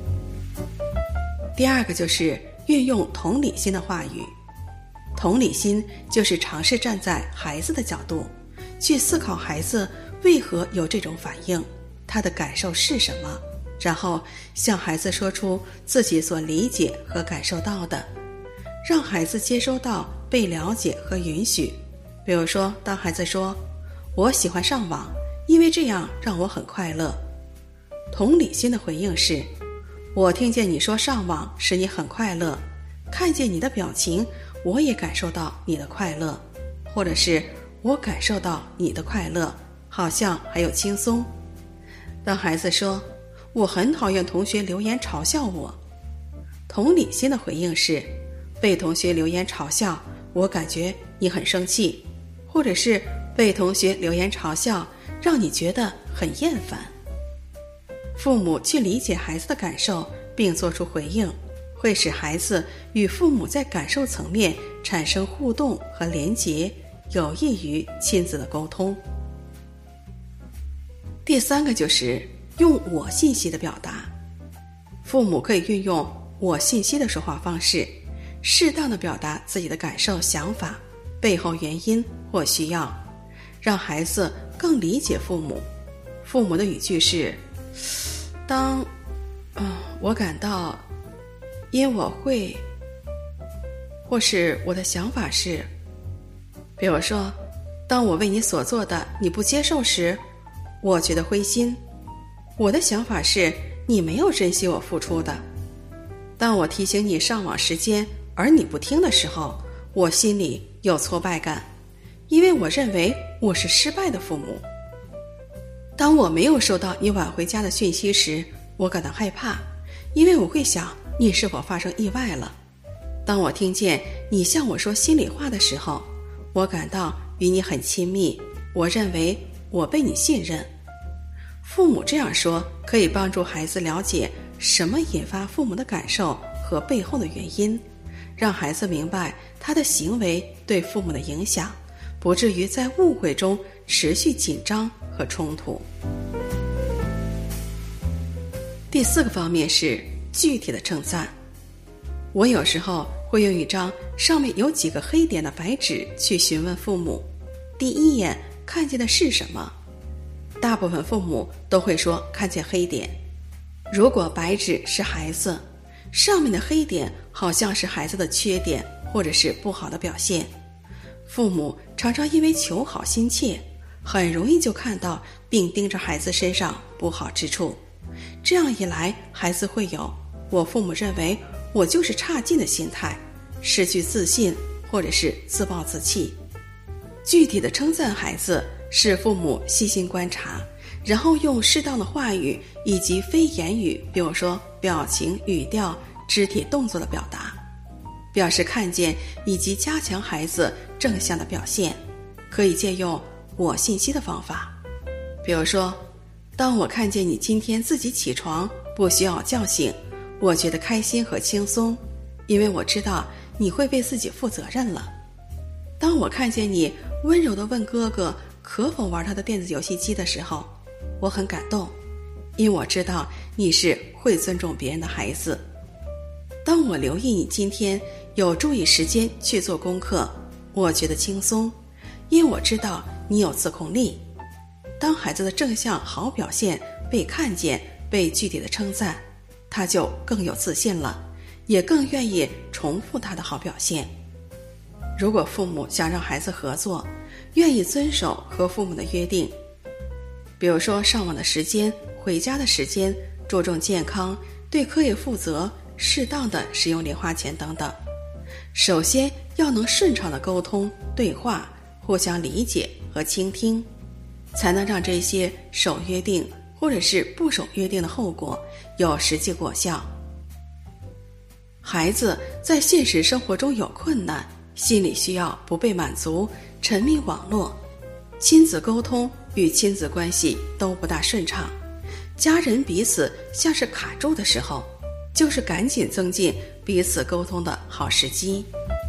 第二个就是运用同理心的话语。同理心就是尝试站在孩子的角度，去思考孩子为何有这种反应，他的感受是什么，然后向孩子说出自己所理解和感受到的，让孩子接收到被了解和允许。比如说，当孩子说我喜欢上网，因为这样让我很快乐，同理心的回应是我听见你说上网使你很快乐，看见你的表情我也感受到你的快乐，或者是我感受到你的快乐，好像还有轻松。当孩子说我很讨厌同学留言嘲笑我，同理心的回应是被同学留言嘲笑，我感觉你很生气，或者是被同学留言嘲笑让你觉得很厌烦。父母去理解孩子的感受并做出回应，会使孩子与父母在感受层面产生互动和连结，有益于亲子的沟通。第三个就是用我信息的表达。父母可以运用我信息的说话方式，适当的表达自己的感受、想法、背后原因或需要，让孩子更理解父母。父母的语句是我感到，因我会，或是我的想法是，比如说，当我为你所做的你不接受时，我觉得灰心，我的想法是你没有珍惜我付出的。当我提醒你上网时间而你不听的时候，我心里有挫败感，因为我认为我是失败的父母。当我没有收到你晚回家的讯息时，我感到害怕，因为我会想你是否发生意外了。当我听见你向我说心里话的时候，我感到与你很亲密，我认为我被你信任。父母这样说可以帮助孩子了解什么引发父母的感受和背后的原因，让孩子明白他的行为对父母的影响，不至于在误会中持续紧张和冲突。第四个方面是具体的称赞。我有时候会用一张上面有几个黑点的白纸去询问父母，第一眼看见的是什么？大部分父母都会说看见黑点。如果白纸是孩子，上面的黑点好像是孩子的缺点或者是不好的表现。父母常常因为求好心切，很容易就看到并盯着孩子身上不好之处。这样一来，孩子会有我父母认为我就是差劲的心态，失去自信或者是自暴自弃。具体的称赞孩子是父母细心观察，然后用适当的话语以及非言语，比如说表情、语调、肢体动作的表达，表示看见以及加强孩子正向的表现。可以借用我信息的方法，比如说，当我看见你今天自己起床，不需要叫醒， 我觉得开心和轻松，因为我知道你会为自己负责任了。当我看见你温柔地问哥哥可否玩他的电子游戏机的时候，我很感动，因为我知道你是会尊重别人的孩子。当我留意你今天有注意时间去做功课，我觉得轻松，因为我知道你有自控力。当孩子的正向好表现被看见，被具体的称赞，他就更有自信了，也更愿意重复他的好表现。如果父母想让孩子合作，愿意遵守和父母的约定，比如说上网的时间、回家的时间，注重健康，对课业负责，适当的使用零花钱等等。首先要能顺畅的沟通、对话，互相理解和倾听，才能让这些守约定或者是不守约定的后果有实际果效。孩子在现实生活中有困难，心理需要不被满足，沉迷网络，亲子沟通与亲子关系都不大顺畅，家人彼此像是卡住的时候，就是赶紧增进彼此沟通的好时机。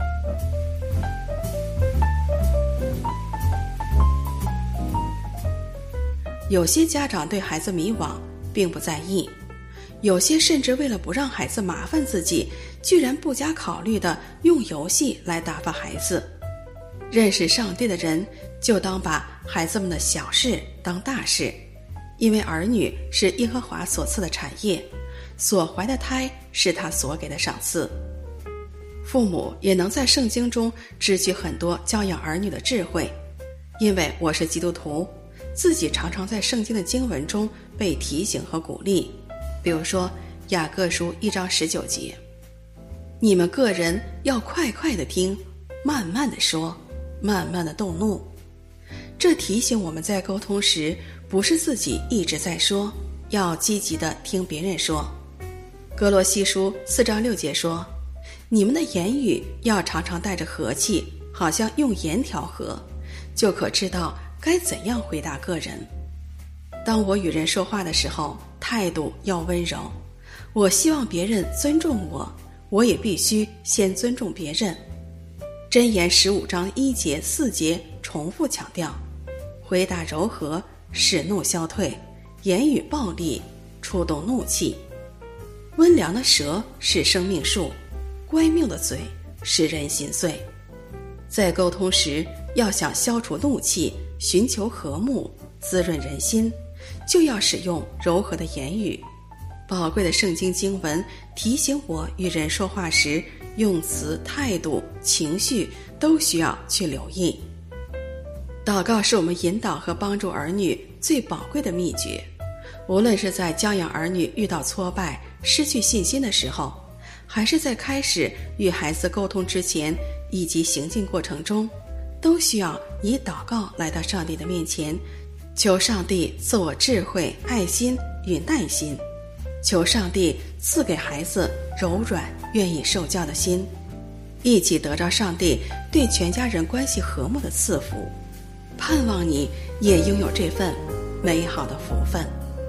有些家长对孩子迷惘并不在意，有些甚至为了不让孩子麻烦自己，居然不加考虑地用游戏来打发孩子。认识上帝的人就当把孩子们的小事当大事，因为儿女是耶和华所赐的产业，所怀的胎是他所给的赏赐。父母也能在圣经中支取很多教养儿女的智慧，因为我是基督徒，自己常常在圣经的经文中被提醒和鼓励。比如说雅各书1章19节，你们个人要快快地听，慢慢地说，慢慢地动怒。这提醒我们在沟通时不是自己一直在说，要积极地听别人说。哥罗西书4章6节说，你们的言语要常常带着和气，好像用盐调和，就可知道该怎样回答个人。当我与人说话的时候，态度要温柔，我希望别人尊重我，我也必须先尊重别人。箴言15章1节4节重复强调，回答柔和，使怒消退，言语暴力，触动怒气。温良的舌是生命树，乖谬的嘴使人心碎。在沟通时，要想消除怒气，寻求和睦，滋润人心，就要使用柔和的言语。宝贵的圣经经文提醒我，与人说话时，用词、态度、情绪都需要去留意。祷告是我们引导和帮助儿女最宝贵的秘诀。无论是在教养儿女遇到挫败、失去信心的时候，还是在开始与孩子沟通之前，以及行进过程中，都需要以祷告来到上帝的面前，求上帝赐我智慧、爱心与耐心，求上帝赐给孩子柔软、愿意受教的心，一起得着上帝对全家人关系和睦的赐福。盼望你也拥有这份美好的福分。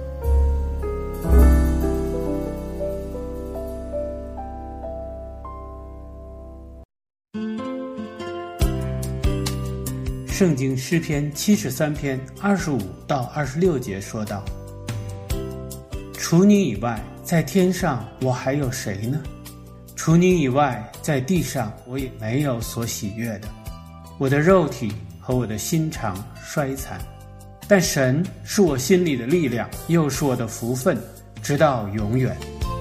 圣经诗篇73篇25到26节说道，除你以外，在天上我还有谁呢？除你以外，在地上我也没有所喜悦的。我的肉体和我的心肠衰残，但神是我心里的力量，又是我的福分，直到永远。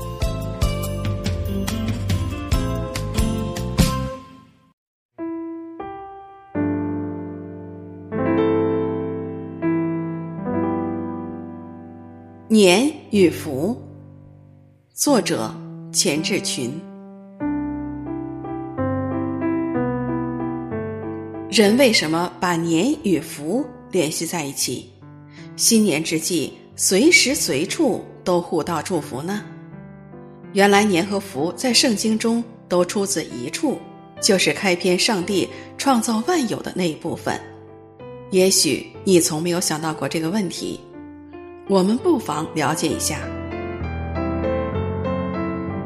年与福，作者钱志群。人为什么把年与福联系在一起？新年之际，随时随处都互道祝福呢？原来年和福在圣经中都出自一处，就是开篇上帝创造万有的那一部分。也许你从没有想到过这个问题，我们不妨了解一下。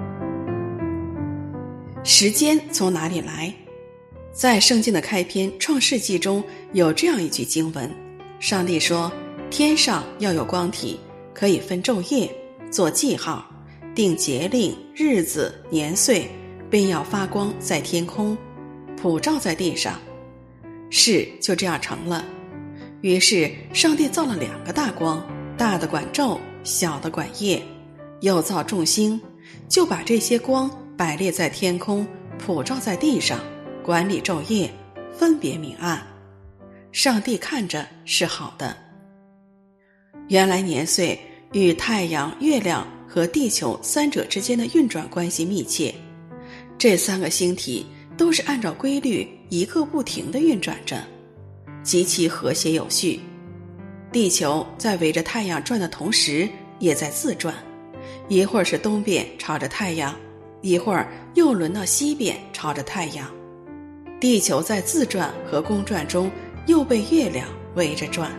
时间从哪里来？在圣经的开篇《创世纪》中有这样一句经文，上帝说，天上要有光体，可以分昼夜，做记号，定节令、日子、年岁，并要发光在天空，普照在地上。事就这样成了。于是上帝造了2个大光，大的管昼，小的管夜，又造众星，就把这些光摆列在天空，普照在地上，管理昼夜，分别明暗。上帝看着是好的。原来年岁与太阳、月亮和地球3者之间的运转关系密切，这3个星体都是按照规律一个不停地运转着，极其和谐有序。地球在围着太阳转的同时也在自转，一会儿是东边朝着太阳，一会儿又轮到西边朝着太阳。地球在自转和公转中又被月亮围着转。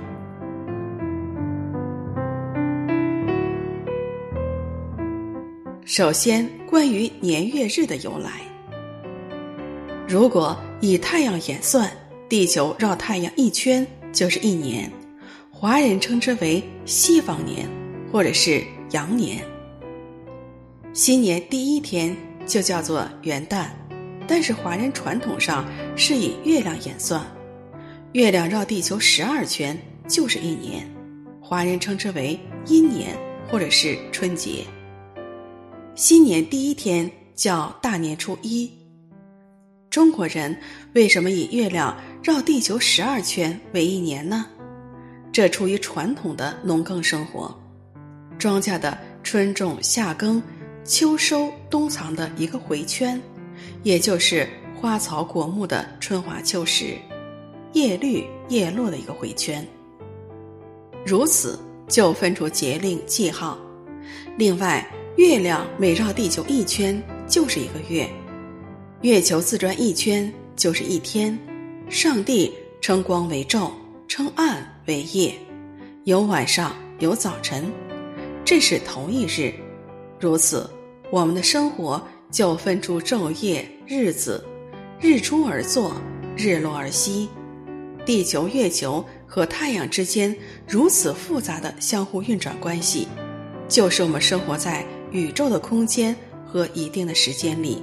首先，关于年月日的由来。如果以太阳演算，地球绕太阳1圈就是1年，华人称之为西方年或者是阳年。新年第1天就叫做元旦，但是华人传统上是以月亮演算，月亮绕地球12圈就是1年，华人称之为阴年或者是春节。新年第1天叫大年初1。中国人为什么以月亮绕地球12圈为1年呢？这出于传统的农耕生活，庄稼的春种、夏耕、秋收、冬藏的一个回圈，也就是花草果木的春华秋实、叶绿叶落的一个回圈。如此就分出节令记号。另外，月亮每绕地球1圈就是1个月，月球自转1圈就是1天。上帝称光为昼，称暗为夜，有晚上，有早晨，这是头1日。如此，我们的生活就分出昼夜、日子，日出而作，日落而息。地球、月球和太阳之间如此复杂的相互运转关系，就是我们生活在宇宙的空间和一定的时间里。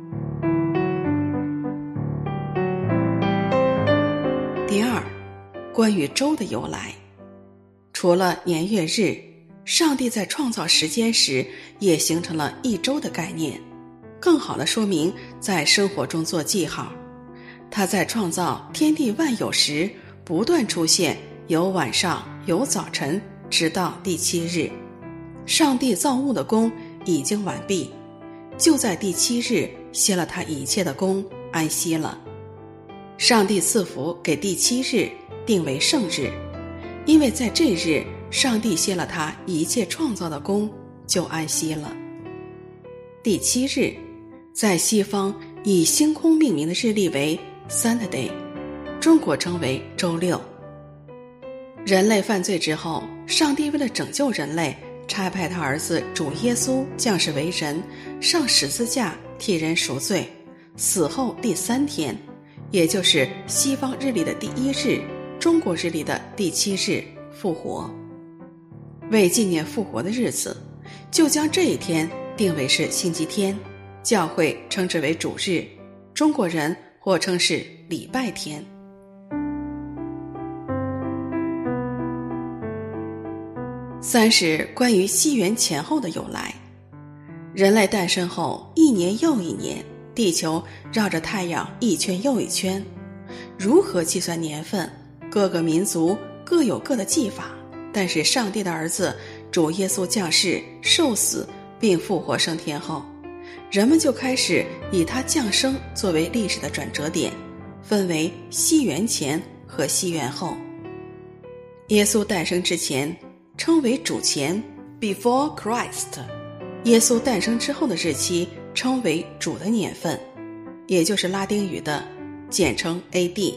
第2，关于周的由来。除了年月日，上帝在创造时间时也形成了1周的概念，更好地说明在生活中做记号。他在创造天地万有时不断出现有晚上有早晨，直到第7日。上帝造物的工已经完毕，就在第7日歇了他一切的工，安息了。上帝赐福给第7日，定为圣日，因为在这日上帝歇了他一切创造的工，就安息了。第7日在西方以星空命名的日历为 Sunday， 中国称为周6。人类犯罪之后，上帝为了拯救人类，差派他儿子主耶稣降世为人，上十字架替人赎罪，死后第3天，也就是西方日历的第1日，中国日历的第7日复活。为纪念复活的日子，就将这一天定为是星期天，教会称之为主日，中国人或称是礼拜天。3是关于西元前后的由来。人类诞生后1年又1年，地球绕着太阳1圈又1圈。如何计算年份？各个民族各有各的记法，但是上帝的儿子主耶稣降世、受死并复活升天后，人们就开始以他降生作为历史的转折点，分为西元前和西元后。耶稣诞生之前称为主前 Before Christ， 耶稣诞生之后的日期称为主的年份，也就是拉丁语的简称 AD。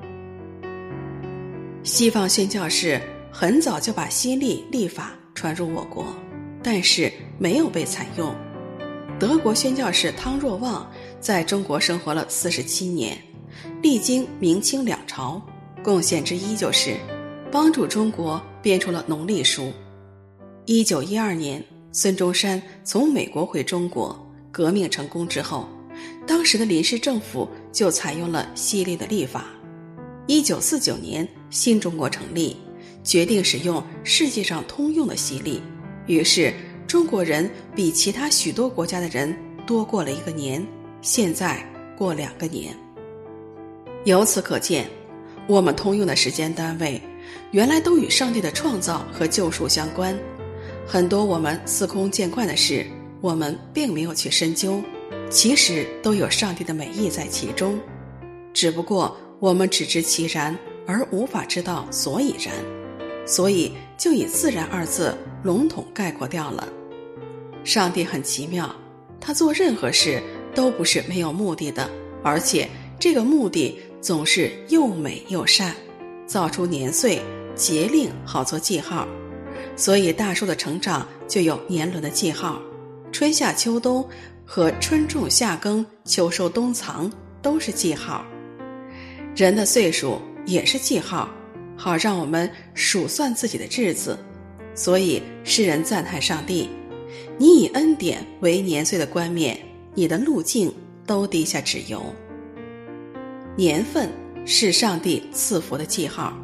西方宣教士很早就把西历历法传入我国，但是没有被采用。德国宣教士汤若望在中国生活了47年，历经明清两朝，贡献之一就是帮助中国编出了农历书。1912年，孙中山从美国回中国，革命成功之后，当时的临时政府就采用了西历的历法。1949年，新中国成立，决定使用世界上通用的西历，于是中国人比其他许多国家的人多过了1个年，现在过2个年。由此可见，我们通用的时间单位原来都与上帝的创造和救赎相关。很多我们司空见惯的事，我们并没有去深究，其实都有上帝的美意在其中，只不过我们只知其然，而无法知道所以然，所以就以自然2字笼统概括掉了。上帝很奇妙，他做任何事都不是没有目的的，而且这个目的总是又美又善，造出年岁节令好做记号，所以大树的成长就有年轮的记号，春夏秋冬和春种夏耕秋收冬藏都是记号，人的岁数也是记号，好让我们数算自己的日子。所以诗人赞叹上帝，你以恩典为年岁的冠冕，你的路径都滴下脂油。年份是上帝赐福的记号。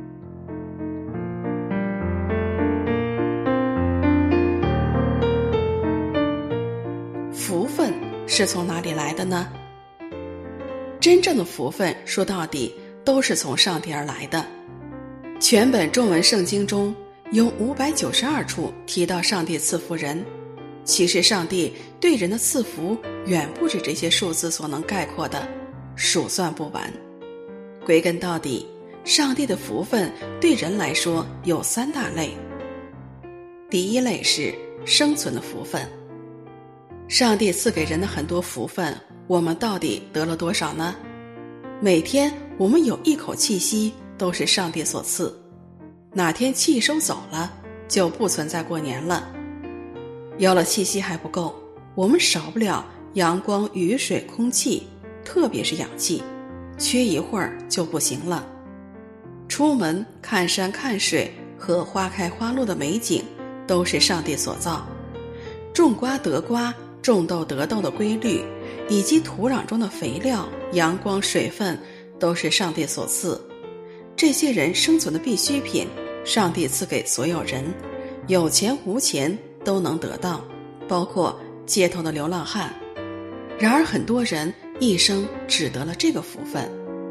福分是从哪里来的呢？真正的福分说到底都是从上帝而来的。全本中文圣经中有592处提到上帝赐福人，其实上帝对人的赐福远不止这些数字所能概括的，数算不完。归根到底，上帝的福分对人来说有3大类。第一类是生存的福分。上帝赐给人的很多福分，我们到底得了多少呢？每天我们有一口气息都是上帝所赐，哪天气收走了，就不存在过年了。有了气息还不够，我们少不了阳光、雨水、空气，特别是氧气，缺一会儿就不行了。出门看山看水和花开花落的美景都是上帝所造，种瓜得瓜，种豆得豆的规律，以及土壤中的肥料、阳光、水分都是上帝所赐。这些人生存的必需品，上帝赐给所有人，有钱无钱都能得到，包括街头的流浪汉。然而很多人一生只得了这个福分。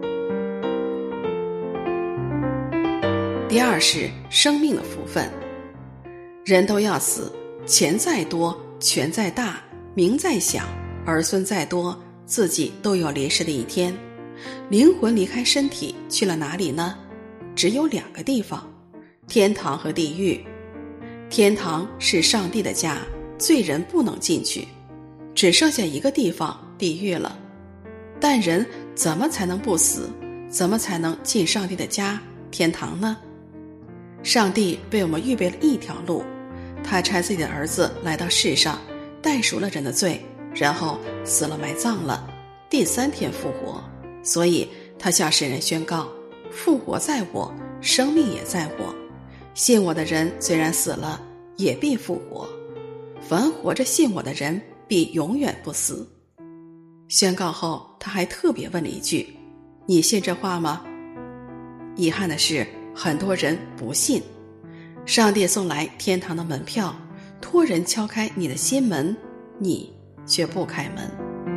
第二是生命的福分。人都要死，钱再多，权再大，名再响，儿孙再多，自己都有离世的一天。灵魂离开身体去了哪里呢？只有2个地方，天堂和地狱。天堂是上帝的家，罪人不能进去，只剩下一个地方，地狱了。但人怎么才能不死？怎么才能进上帝的家，天堂呢？上帝为我们预备了一条路，他差自己的儿子来到世上，代赎了人的罪，然后死了埋葬了，第3天复活。所以他向世人宣告，复活在我，生命也在我，信我的人虽然死了，也必复活，凡活着信我的人必永远不死。宣告后他还特别问了一句，你信这话吗？遗憾的是，很多人不信。上帝送来天堂的门票，托人敲开你的心门，你却不开门。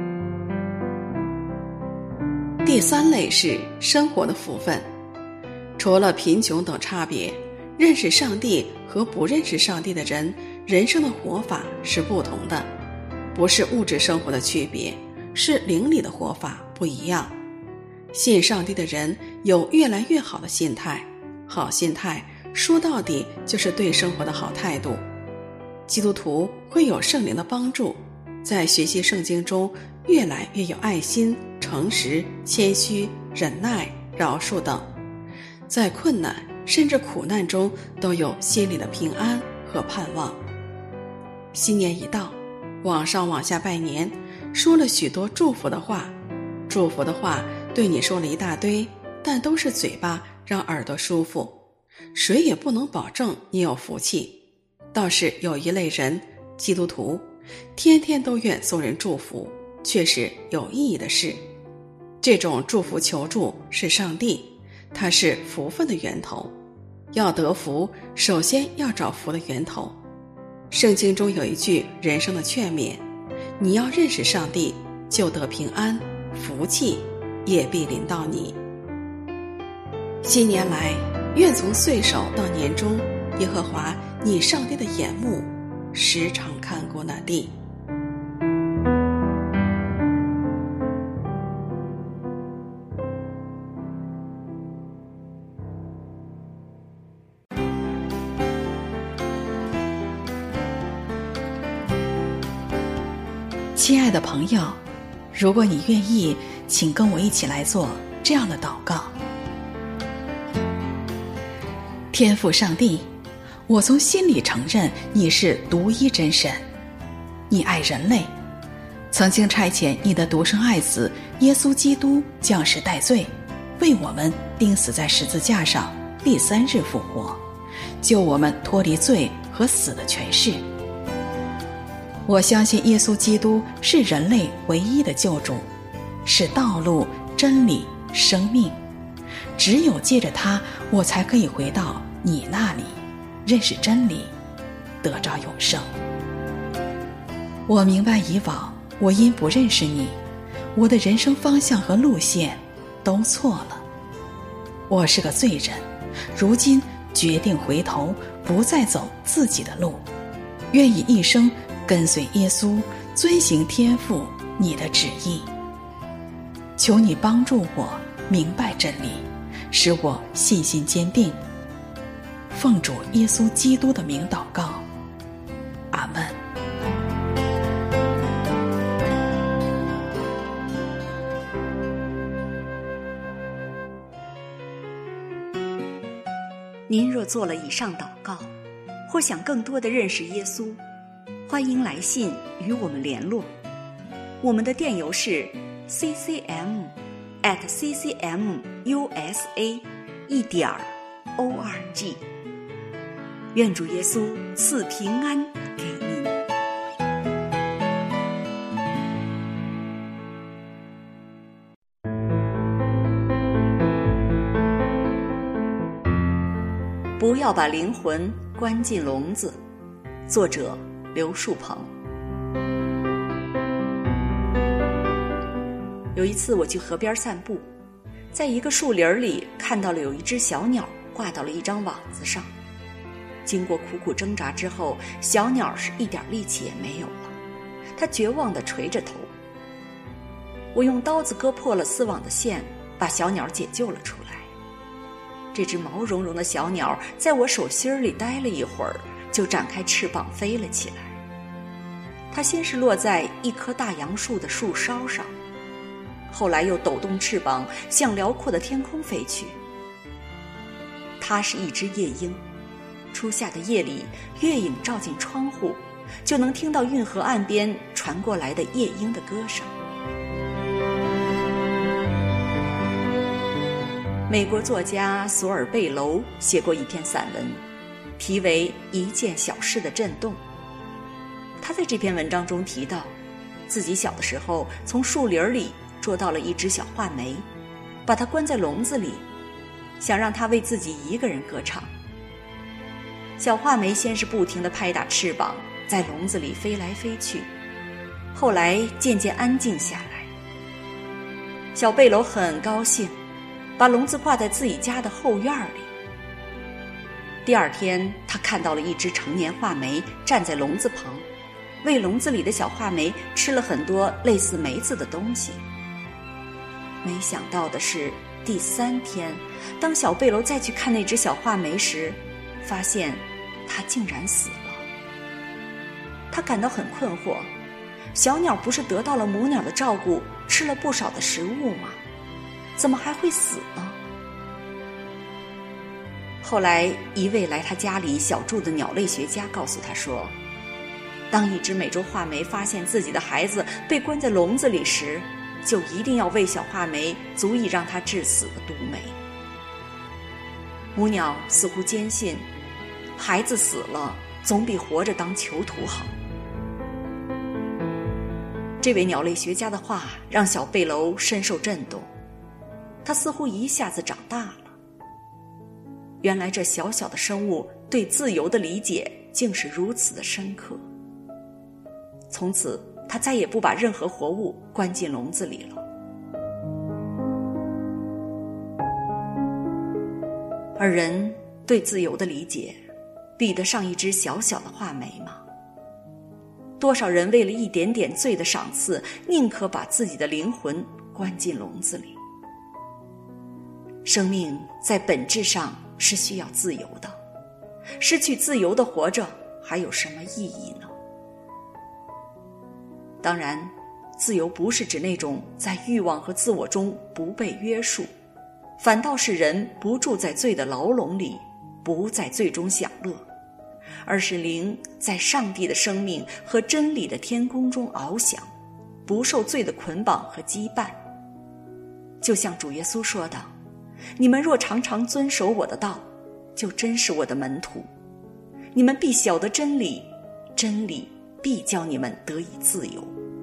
第3类是生活的福分。除了贫穷等差别，认识上帝和不认识上帝的人，人生的活法是不同的，不是物质生活的区别，是灵里的活法不一样。信上帝的人有越来越好的心态，好心态说到底就是对生活的好态度。基督徒会有圣灵的帮助，在学习圣经中越来越有爱心、诚实、谦虚、忍耐、饶恕等，在困难甚至苦难中都有心里的平安和盼望。新年一到，网上往下拜年， 说了许多祝福的话，祝福的话对你说了一大堆，但都是嘴巴让耳朵舒服，谁也不能保证你有福气。倒是有一类人，基督徒，天天都愿送人祝福，却是有意义的事。这种祝福求助是上帝，它是福分的源头。要得福，首先要找福的源头。圣经中有一句人生的劝勉，你要认识上帝，就得平安，福气也必临到你。新年来，愿从岁首到年终，耶和华你上帝的眼目时常看顾那地。亲爱的朋友，如果你愿意，请跟我一起来做这样的祷告。天父上帝，我从心里承认你是独一真神，你爱人类，曾经差遣你的独生爱子耶稣基督降世代罪，为我们钉死在十字架上，第3日复活，救我们脱离罪和死的权势。我相信耶稣基督是人类唯一的救主，是道路、真理、生命。只有借着他，我才可以回到你那里，认识真理，得着永生。我明白以往我因不认识你，我的人生方向和路线都错了。我是个罪人，如今决定回头，不再走自己的路，愿意一生跟随耶稣，遵行天父你的旨意。求你帮助我明白真理，使我信心坚定。奉主耶稣基督的名祷告，阿们。 您若做了以上祷告，或想更多地认识耶稣，欢迎来信与我们联络。我们的电邮是 ccm@ccmusa.org。愿主耶稣赐平安给您。不要把灵魂关进笼子。作者刘树鹏。有一次我去河边散步，在一个树林里看到了有一只小鸟挂到了一张网子上。经过苦苦挣扎之后，小鸟是一点力气也没有了，它绝望地垂着头。我用刀子割破了丝网的线，把小鸟解救了出来。这只毛茸茸的小鸟在我手心里待了一会儿，就展开翅膀飞了起来。它先是落在一棵大杨树的树梢上，后来又抖动翅膀向辽阔的天空飞去。它是一只夜莺，初夏的夜里，月影照进窗户，就能听到运河岸边传过来的夜莺的歌声。美国作家索尔贝楼写过一篇散文，题为《一件小事的震动》。他在这篇文章中提到，自己小的时候从树林里捉到了一只小画眉，把它关在笼子里，想让它为自己一个人歌唱。小画眉先是不停地拍打翅膀，在笼子里飞来飞去，后来渐渐安静下来。小贝楼很高兴，把笼子挂在自己家的后院里。第二天，他看到了一只成年画眉站在笼子旁，喂笼子里的小画眉吃了很多类似梅子的东西。没想到的是，第3天，当小贝楼再去看那只小画眉时，发现它竟然死了。他感到很困惑，小鸟不是得到了母鸟的照顾，吃了不少的食物吗？怎么还会死呢？后来，一位来他家里小住的鸟类学家告诉他说， 当一只美洲画眉发现自己的孩子被关在笼子里时，就一定要喂小画眉足以让它致死的毒酶。母鸟似乎坚信，孩子死了总比活着当囚徒好。这位鸟类学家的话让小贝楼深受震动，他似乎一下子长大了。原来这小小的生物对自由的理解竟是如此的深刻。从此他再也不把任何活物关进笼子里了。而人对自由的理解比得上一只小小的画眉吗？多少人为了一点点罪的赏赐，宁可把自己的灵魂关进笼子里。生命在本质上是需要自由的，失去自由的活着还有什么意义呢？当然，自由不是指那种在欲望和自我中不被约束，反倒是人不住在罪的牢笼里，不在罪中享乐，而是灵在上帝的生命和真理的天空中翱翔，不受罪的捆绑和羁绊。就像主耶稣说的，你们若常常遵守我的道，就真是我的门徒，你们必晓得真理，真理必叫你们得以自由。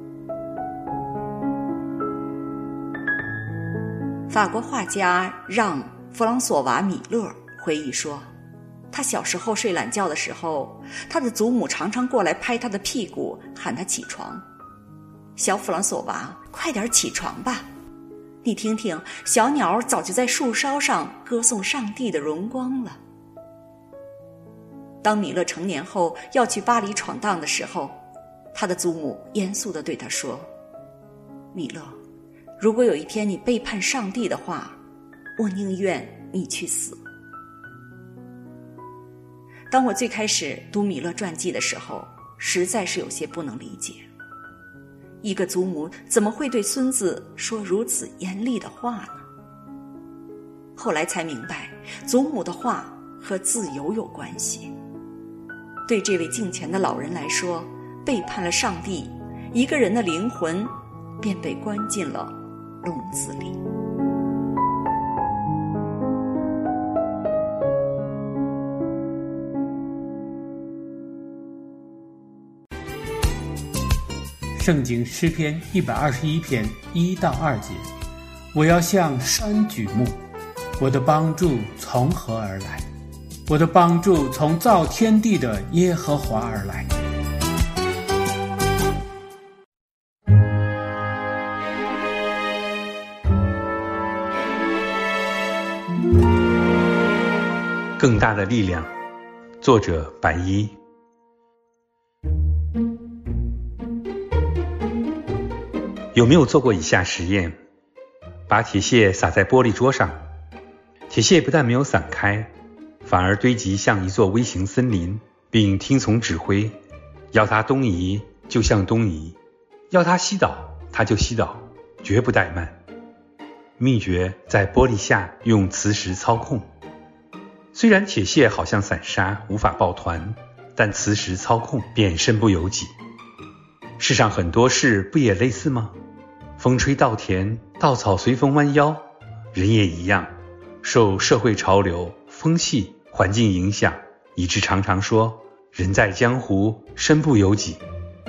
法国画家让·弗朗索瓦·米勒回忆说，他小时候睡懒觉的时候，他的祖母常常过来拍他的屁股，喊他起床。小弗朗索瓦，快点起床吧，你听听，小鸟早就在树梢上歌颂上帝的荣光了。当米勒成年后要去巴黎闯荡的时候，他的祖母严肃地对他说，米勒，如果有一天你背叛上帝的话，我宁愿你去死。当我最开始读米勒传记的时候，实在是有些不能理解，一个祖母怎么会对孙子说如此严厉的话呢？后来才明白，祖母的话和自由有关系。对这位敬虔的老人来说，背叛了上帝，一个人的灵魂便被关进了笼子里。 圣经诗篇121篇1到2节，我要向山举目，我的帮助从何而来？我的帮助从造天地的耶和华而来。 更大的力量，作者白衣。有没有做过以下实验？把铁屑撒在玻璃桌上，铁屑不但没有散开，反而堆积像一座微型森林，并听从指挥，要它东移就向东移，要它西倒它就西倒，绝不怠慢。秘诀在玻璃下用磁石操控。虽然铁屑好像散沙，无法抱团，但磁石操控便身不由己。世上很多事不也类似吗？风吹稻田，稻草随风弯腰，人也一样，受社会潮流、风气、环境影响，以致常常说人在江湖，身不由己。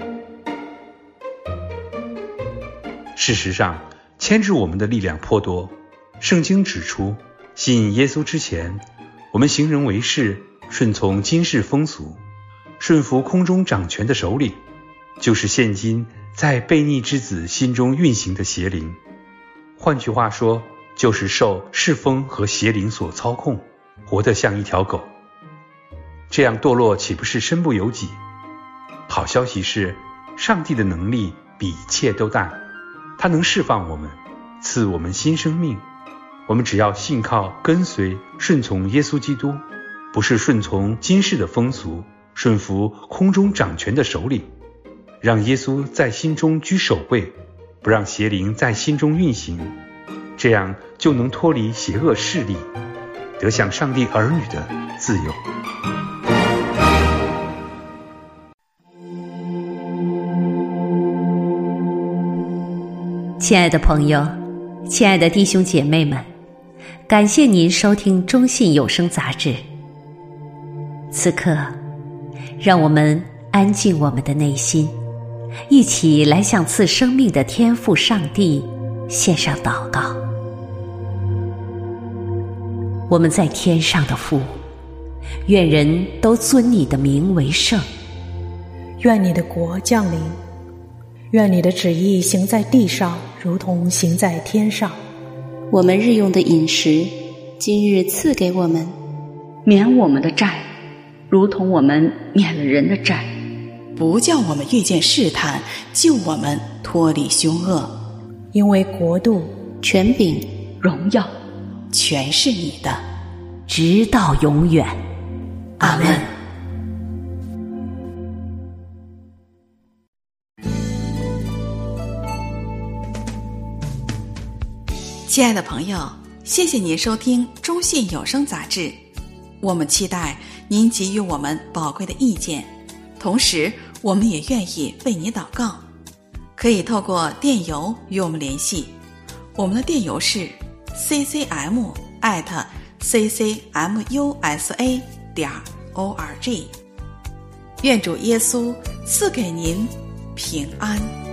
事实上，牵制我们的力量颇多。圣经指出，信耶稣之前，我们行人为事，顺从今世风俗，顺服空中掌权的首领，就是现今在悖逆之子心中运行的邪灵。换句话说，就是受世风和邪灵所操控，活得像一条狗。这样堕落岂不是身不由己？好消息是，上帝的能力比一切都大，他能释放我们，赐我们新生命。我们只要信靠、跟随、顺从耶稣基督，不是顺从今世的风俗，顺服空中掌权的首领，让耶稣在心中居首位，不让邪灵在心中运行，这样就能脱离邪恶势力，得享上帝儿女的自由。 亲爱的朋友，亲爱的弟兄姐妹们，感谢您收听中信有声杂志。此刻，让我们安静我们的内心，一起来向赐生命的天父上帝献上祷告。我们在天上的父，愿人都尊你的名为圣。 愿你的国降临，愿你的旨意行在地上，如同行在天上。 我们日用的饮食，今日赐给我们，免我们的债，如同我们免了人的债。 不叫我们遇见试探，救我们脱离凶恶。 因为国度、 权柄、荣耀， 全是你的， 直到永远。 阿们。亲爱的朋友，谢谢您收听中信有声杂志，我们期待您给予我们宝贵的意见，同时我们也愿意为您祷告。可以透过电邮与我们联系，我们的电邮是 ccm@ccmusa.org。愿主耶稣赐给您平安。